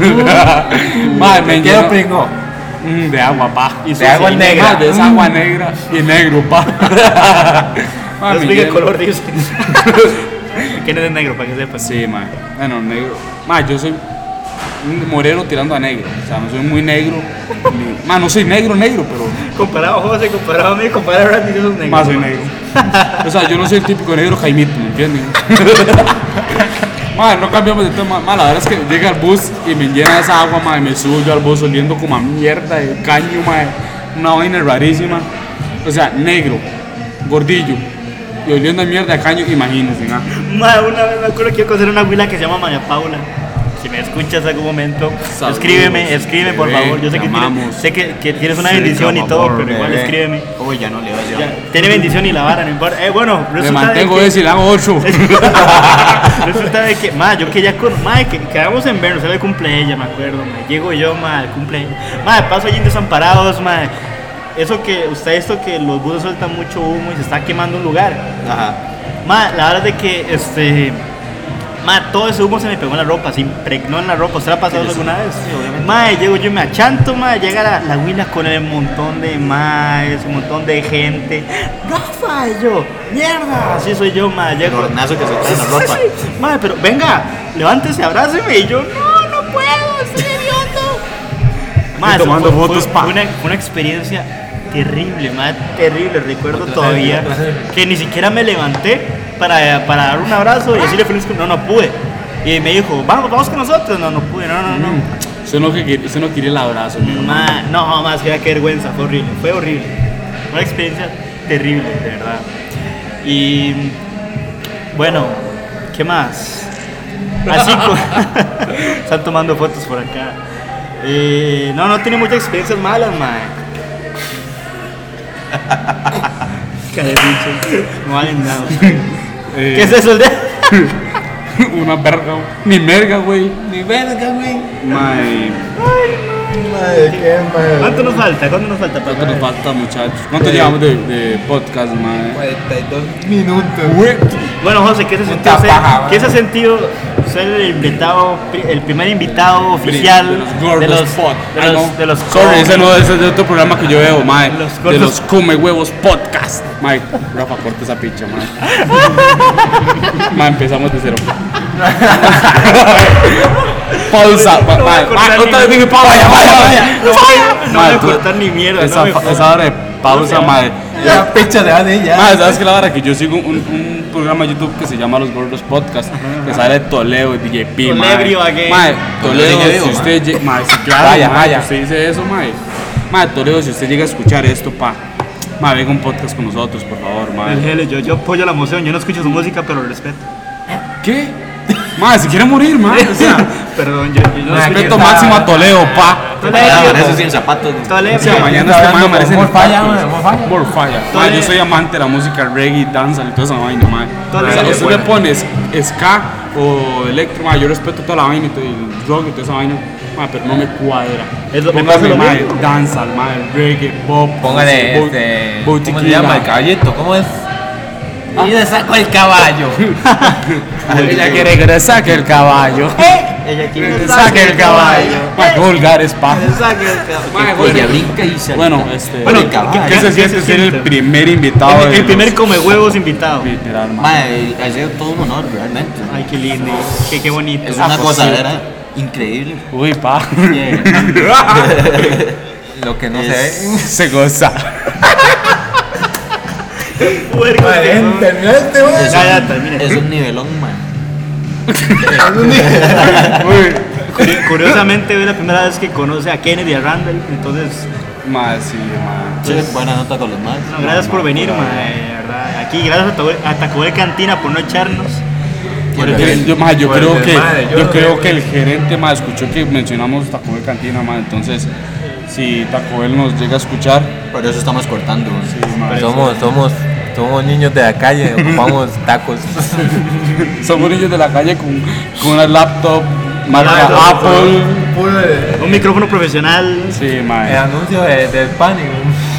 Mae, me ¿Qué llenó- lo pringó? Mm, de agua, pa. Y De agua sí, negra. Ah, de esa agua negra y negro, pa. No Ma, me explique el lleno- color, dice. ¿Quién es negro, para que sepas? Sí, ma. Bueno, negro. Ma, yo soy un moreno tirando a negro. O sea, no soy muy negro. ni- Ma, no soy negro, negro, pero. Comparado a José, comparado a mí, comparado a Randy, esos negros. Ma, soy negro. O sea, yo no soy el típico negro Jaimito, ¿me entienden? Ma, no cambiamos de tema. Ma, la verdad es que llega el bus y me llena esa agua, ma, y me subo yo al bus oliendo como a mierda de caño, ma. Una vaina rarísima. O sea, negro, gordillo y oliendo a mierda de caño, imagínense, ¿no? Ma, una vez me acuerdo que iba a conocer una abuela que se llama María Paula. Si me escuchas en algún momento, Saludos, escríbeme, escríbeme por bebé, favor. Yo sé te que, tienes, amamos. sé que, que tienes una Sí, bendición y como todo, amor, pero igual bebé. escríbeme. Uy, ya no le vas a Ya, tiene bendición y la vara, no importa. Eh, bueno, Me resulta mantengo de de que, si le hago ocho. resulta de que, ma, yo que ya con, ma, que quedamos en vernos, era el cumple ella, me acuerdo, ma. Llego yo, ma, el cumple ella. Ma, paso allí en Desamparados, ma. Eso que, usted esto que los buses sueltan mucho humo y se está quemando un lugar. Ajá. Ma, la verdad es de que, este... Ma, todo ese humo se me pegó en la ropa, se impregnó en la ropa. ¿Usted la ha pasado Sí, alguna vez? sí, obviamente. Ma, llego yo y me achanto, ma, llega la, la huila con el montón de maes, un montón de gente. Rafa, y yo, mierda, así soy yo, ma. El Llego... hornazo que se trae en la Sí, ropa. sí, sí. Ma, pero venga, levántese, abráceme. Y yo, no, no puedo, estoy hediondo. Ma, eso tomando fue, fotos, fue- pa. fue una, fue una experiencia terrible, ma, terrible. Recuerdo Otra todavía vez, otra vez. que ni siquiera me levanté para, para dar un abrazo y decirle feliz cumpleaños. No, no pude. Y me dijo, vamos, vamos con nosotros. No, no pude, no, no, no. Usted no, que- usted no quiere el abrazo, mi hermano. Ma, no, más que qué vergüenza, fue horrible, fue horrible. Una experiencia terrible, de verdad. Y bueno, ¿qué más? Así co- están tomando fotos por acá. Eh, no, no tiene muchas experiencias malas, mae. Caderucho. No valen nada. Eh, ¿Qué es eso? El de... Una verga, ni merga, güey. Ni verga, güey. Mae. Madre, qué madre. ¿Cuánto nos falta? ¿Cuánto nos falta, papá? ¿Cuánto nos falta, muchachos? ¿Cuánto llevamos de, de podcast, mae? cuarenta y dos minutos. Bueno, José, ¿qué se Puta sintió ser, paja, ¿qué se man. ha sentido ser el invitado, el primer invitado oficial de los gordos de los, pod. de Ah, los, no. de los Sorry, ese no ese es de otro programa que yo veo, mae. Los De gordos. los Come Huevos Podcast. Mae, Rafa, corta esa picha, mae. Mae, empezamos de cero. Pausa, ma- No voy a mae. cortar Mae, ni- otra vez dije pausa. Vaya, vaya, vaya. No voy a- no voy Mae, a tú- cortar ni mierda. Esa, no me fa- jodas. esa hora de pausa, No, mae. Ya, picha de Ade, ya. Mae, ¿sabes qué la vara? Que yo sigo un, un programa de YouTube que se llama Los Gordos Podcast, que sale de Toledo, D J P, mae. Tolebrio, again. Mae, Toledo, Toledo, si mae. usted llega, mae, si claro, Vaya, mae, vaya. usted dice eso, mae. Mae, Toledo, si usted llega a escuchar esto, pa, mae, venga un podcast con nosotros, por favor, mae. El Gele, yo, yo apoyo la emoción, yo no escucho su música, pero lo respeto. ¿Qué? Mae, si quiere morir, mae, o sea, Perdón, yo, yo no Mae, escucho- respeto está- máximo a Toledo, pa. Tolebrio, Parece sin zapatos. ¿no? Tolebrio. O sea, mañana Está este mae hablando aparece en con el Morfalla, podcast. mae, Morfalla. Morfalla. Mae, Toledo. yo soy amante de la música reggae, danza y toda esa vaina, mae. Toledo. O sea, Mae, usted buena. me pones ska o electro, mae, yo respeto toda la vaina y todo, y el rock y toda esa vaina, mae, pero no me cuadra. Es lo- me Póngame, pasa lo mae, mismo. danza, mae, reggae, pop, Póngale bo- este. bo- ¿Cómo se tequila. llama? El caballito, ¿cómo es? Y le saco el caballo. Ella quiere que le saque el caballo. Ella quiere Que saque el caballo. Mae, qué vulgar es, pa. Que saque el caballo. Mae, Porque José. brinca y se Bueno, este. Bueno, el caballo. ¿qué se ¿qué siente se ser el siente? primer invitado? El, de el primer los- come huevos invitado. Literal, mae. Mae, ha sido todo un honor, realmente. Ay, qué lindo. Qué, qué bonito. Es una Ah, pues, gozadera increíble. Uy, pa. Lo que no se ve. Se goza. Puerco, Madre, que no. terminó este, mae. Es Ya, ya, un- termine. Es un nivelón, man. Curi- Curiosamente, es la primera vez que conoce a Kennedy y a Randall. Entonces, Mae, sí, mae. Sí, buena nota con los más. no, gracias por venir, ma, de verdad. Aquí, gracias a, Taco- a Taco Bell Cantina por no echarnos. Yo, yo, mae, yo Por el creo que, desmadre, yo yo no creo sé, que el gerente mae, escuchó que mencionamos Taco Bell Cantina, mae, entonces si Taco Bell nos llega a escuchar, Por eso estamos cortando. mae, Somos, somos, somos niños de la calle, ocupamos tacos. somos niños de la calle con, con una laptop marca Laptop, Apple. Puro de- Un micrófono profesional. Sí, el mae. anuncio de- del pánico.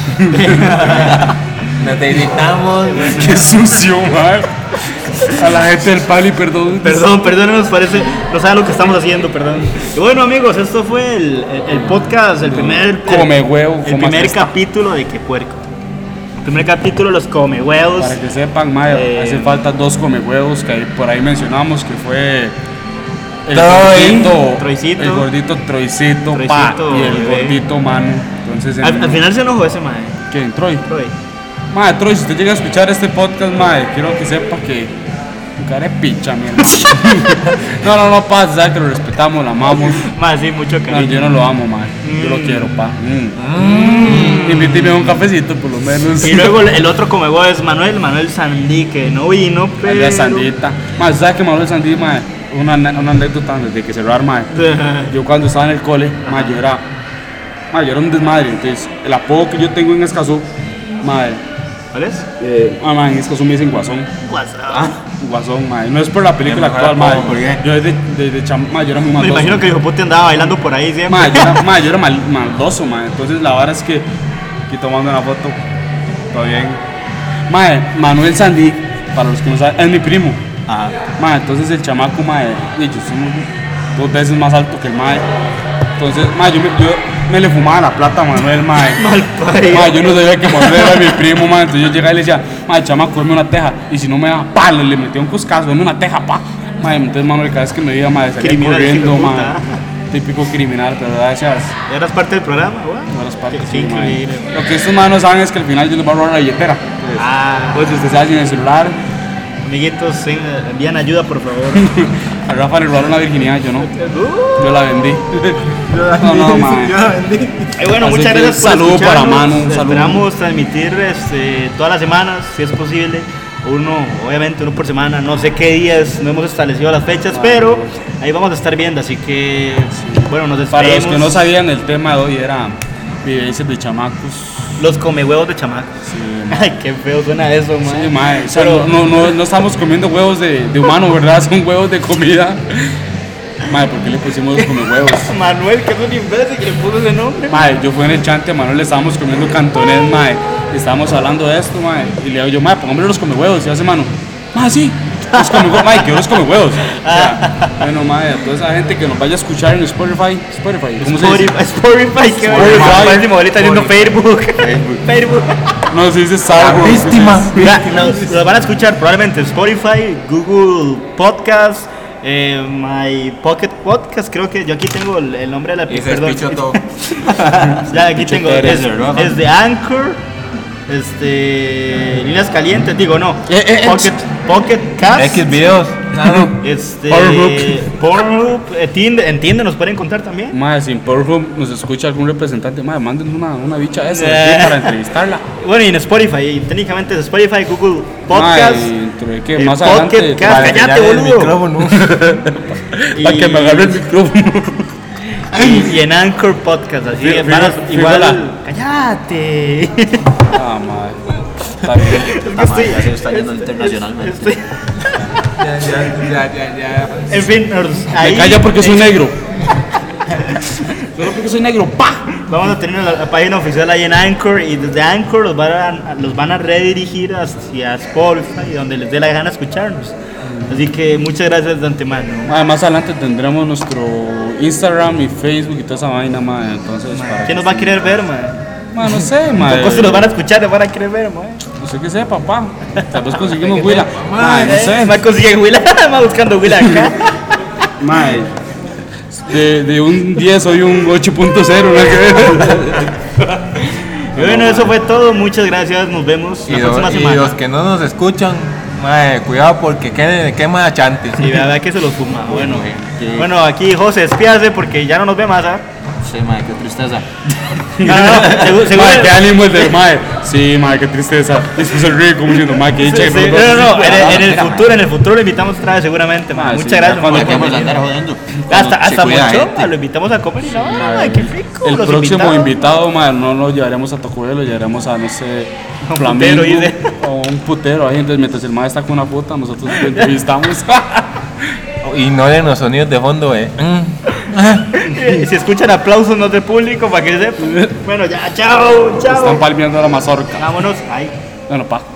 Necesitamos. Qué sucio, mae. A la gente del Pali, perdón. Perdón, perdón, nos parece, no saben lo que estamos haciendo, perdón. Y bueno, amigos, esto fue el, el- el podcast, el primer, Come huevo, el coma primer testa. capítulo de Que Puerco. El primer capítulo de los come huevos. Para que sepan, mae, Eh, hace falta dos come huevos que ahí- por ahí mencionamos que fue el Troy. gordito, Troycito. el gordito Troycito, Troycito, pa, y el bebé. gordito Manu. Entonces, en- Al, al final se enojó ese mae. ¿quién? Troy. Troy. Mae, Troy, si usted llega a escuchar este podcast, mae, quiero que sepa que tu cara es picha, mi hermano. No, no, no pasa, sabe que lo respetamos, lo amamos. Mae, sí, mucho No, cariño. yo no lo amo, mae. Yo lo Mm. quiero, pa. Mm. Invíteme a un cafecito, por lo menos. Y luego el, el otro come huevo es Manuel, Manuel Sandí, que no vino, pero... La Sandita. Mae, ¿sabes que Manuel Sandí, mae? Una, ane- una anécdota antes de que cerrar, mae. Yo cuando estaba en el cole, mae, yo era, mae, yo era un desmadre. Entonces, el apodo que yo tengo en Escazú, mae, ¿Cuál es? eh, ah, mae, en Escazú me dicen Guasón. WhatsApp. Guasón, mae. No es por la película Qué mejor actual, mae. apodo, ¿por qué? Yo desde, desde cham, mae, yo era muy Me maldoso. imagino que el hijo puta andaba bailando por ahí siempre. Mae, yo era, mae, yo era mal, maldoso, mae. Entonces, la vara es que, aquí tomando una foto, todo bien. Mae, Manuel Sandí, para los que no saben, es mi primo. Ajá. Mae, entonces el chamaco, mae, y yo soy dos veces más alto que el mae. Entonces, mae, yo me, yo me le fumaba la plata a Manuel, mae. Mal parido. Mae, yo no sabía que Manuel era mi primo, mae. Entonces yo llegaba y le decía, mae, chamaco, dame una teja. Y si no me daba, pa, le, le metía un coscazo, dame una teja, pa. Mae, entonces Manuel cada vez que me veía, mae, salía Criminal, corriendo, hijo de mae. puta. Típico criminal, pero gracias. ¿Ya eras parte del programa, güey? No las partes, Qué sí, mae. increíble. Lo que estos manos saben es que al final yo les voy a robar la billetera. Ah, Pues si usted se hace en el celular, amiguitos, eh, envían ayuda, por favor. a Rafa le robaron la virginidad, yo no. Uh, Yo la vendí. No, no, mae. Eh, bueno, Así muchas que gracias por saludo para escucharnos. Manu, un saludo. Esperamos transmitir este, todas las semanas, si es posible. Uno, obviamente, uno por semana. No sé qué días, no hemos establecido las fechas, pero ahí vamos a estar viendo. Así que, bueno, nos Para despedimos. los que no sabían, el tema de hoy era vivencias de chamacos. Los come huevos de chamaco. Sí, Ay, qué feo suena eso, man. sí, mae. O sea, Pero- no, no, no, no estamos comiendo huevos de, de humano, ¿verdad? Son huevos de comida. Madre, ¿por qué le pusimos los come huevos? Manuel, que es un imbécil que le puso ese nombre. Madre, yo fui en el chante, a Manuel le estábamos comiendo cantonés, madre. Y estábamos hablando de esto, madre. Y le digo yo, madre, pongámosle los come huevos. Y hace mano, madre, sí. Los come huevos, madre, que los come huevos. O sea, bueno, madre, a toda esa gente que nos vaya a escuchar en Spotify. Spotify, ¿cómo se dice? Spotify, Spotify, que Spotify. parece mi abuelita haciendo Facebook. Facebook. No, se dice Soundcloud. Víctima. Mira, nos, nos van a escuchar probablemente en Spotify, Google Podcast, eh, My Pocket Podcast. Creo que yo aquí tengo el, el nombre de la Y se perdón. despichó todo. Ya aquí tengo. Pérez, Es, ¿verdad? es de Anchor, este, líneas calientes, digo no. Eh, eh, Pocket, Pocket Cast. X videos. Claro. Este, Pornhub. Pornhub, eh, Tinder, en Tinder nos pueden encontrar también. Madre, sin Pornhub nos escucha algún representante. Madre, manden una, una bicha esa Eh. aquí para entrevistarla. Bueno, y en Spotify, y técnicamente es Spotify, Google Podcast. Madre, dentro de que el más Pocket adelante. Cast. Para, cállate, el boludo. micrófono. para que me agarre el micrófono. Y, y en Anchor Podcast, así Fí- van a- fí- igual. fíjala. Cállate. Ah, madre. Está bien. Esta madre ya se está yendo internacionalmente. Estoy- Ya, ya, ya, ya, ya. en fin, nos- Me ahí calla porque soy negro. Solo porque soy negro, pa. vamos a tener la, la página oficial ahí en Anchor, y desde Anchor los van a, los van a redirigir hacia Spotify, donde les dé la gana escucharnos. Así que muchas gracias de antemano. Madre, más adelante tendremos nuestro Instagram y Facebook y toda esa vaina, madre. Entonces, para ¿Quién nos va a querer ver, man? Madre, no sé, madre. Tampoco se los van a escuchar, nos van a querer ver, man. No sé qué sea, papá. Tal vez conseguimos Willa. Madre, no Eh, sé. va a conseguir Willa, va buscando Willa acá. Madre. De, de un diez soy un ocho punto cero, ¿no? Bueno, eso fue todo. Muchas gracias. Nos vemos Y, la lo- próxima y semana. los que no nos escuchan, mae, cuidado porque que- quema a Chante. Sí, la verdad que se los fuma. Bueno, Sí. bueno, aquí José, despídase porque ya no nos ve más, ¿ah? Sí, madre, qué tristeza. No, no, no, seguro, seguro- Madre, qué ánimo el del madre. Sí, madre, qué tristeza. Después el río como diciendo, madre, qué Sí, dicha. sí, no, no, no, en, el- en el futuro, en el futuro lo invitamos otra vez seguramente, man. Ah, sí, Muchas ya gracias, cuando man, ¿Para qué por vamos a venir. andar jodiendo? Hasta, Se hasta cuida mucho, gente. man, lo invitamos a comer y no, ay, qué rico. El los próximo invitados. invitado, madre, no lo llevaremos a Tocubelo, lo llevaremos a, no sé, Un Flamingo putero, dice. o un putero. Ahí, entonces, mientras el madre está con una puta, nosotros lo entrevistamos. Y no den los sonidos de fondo, eh. Y si escuchan aplausos, no de público, para que sepan. Bueno, ya, chao, chao. Están palmeando la mazorca. Vámonos, ay. Bueno, pa.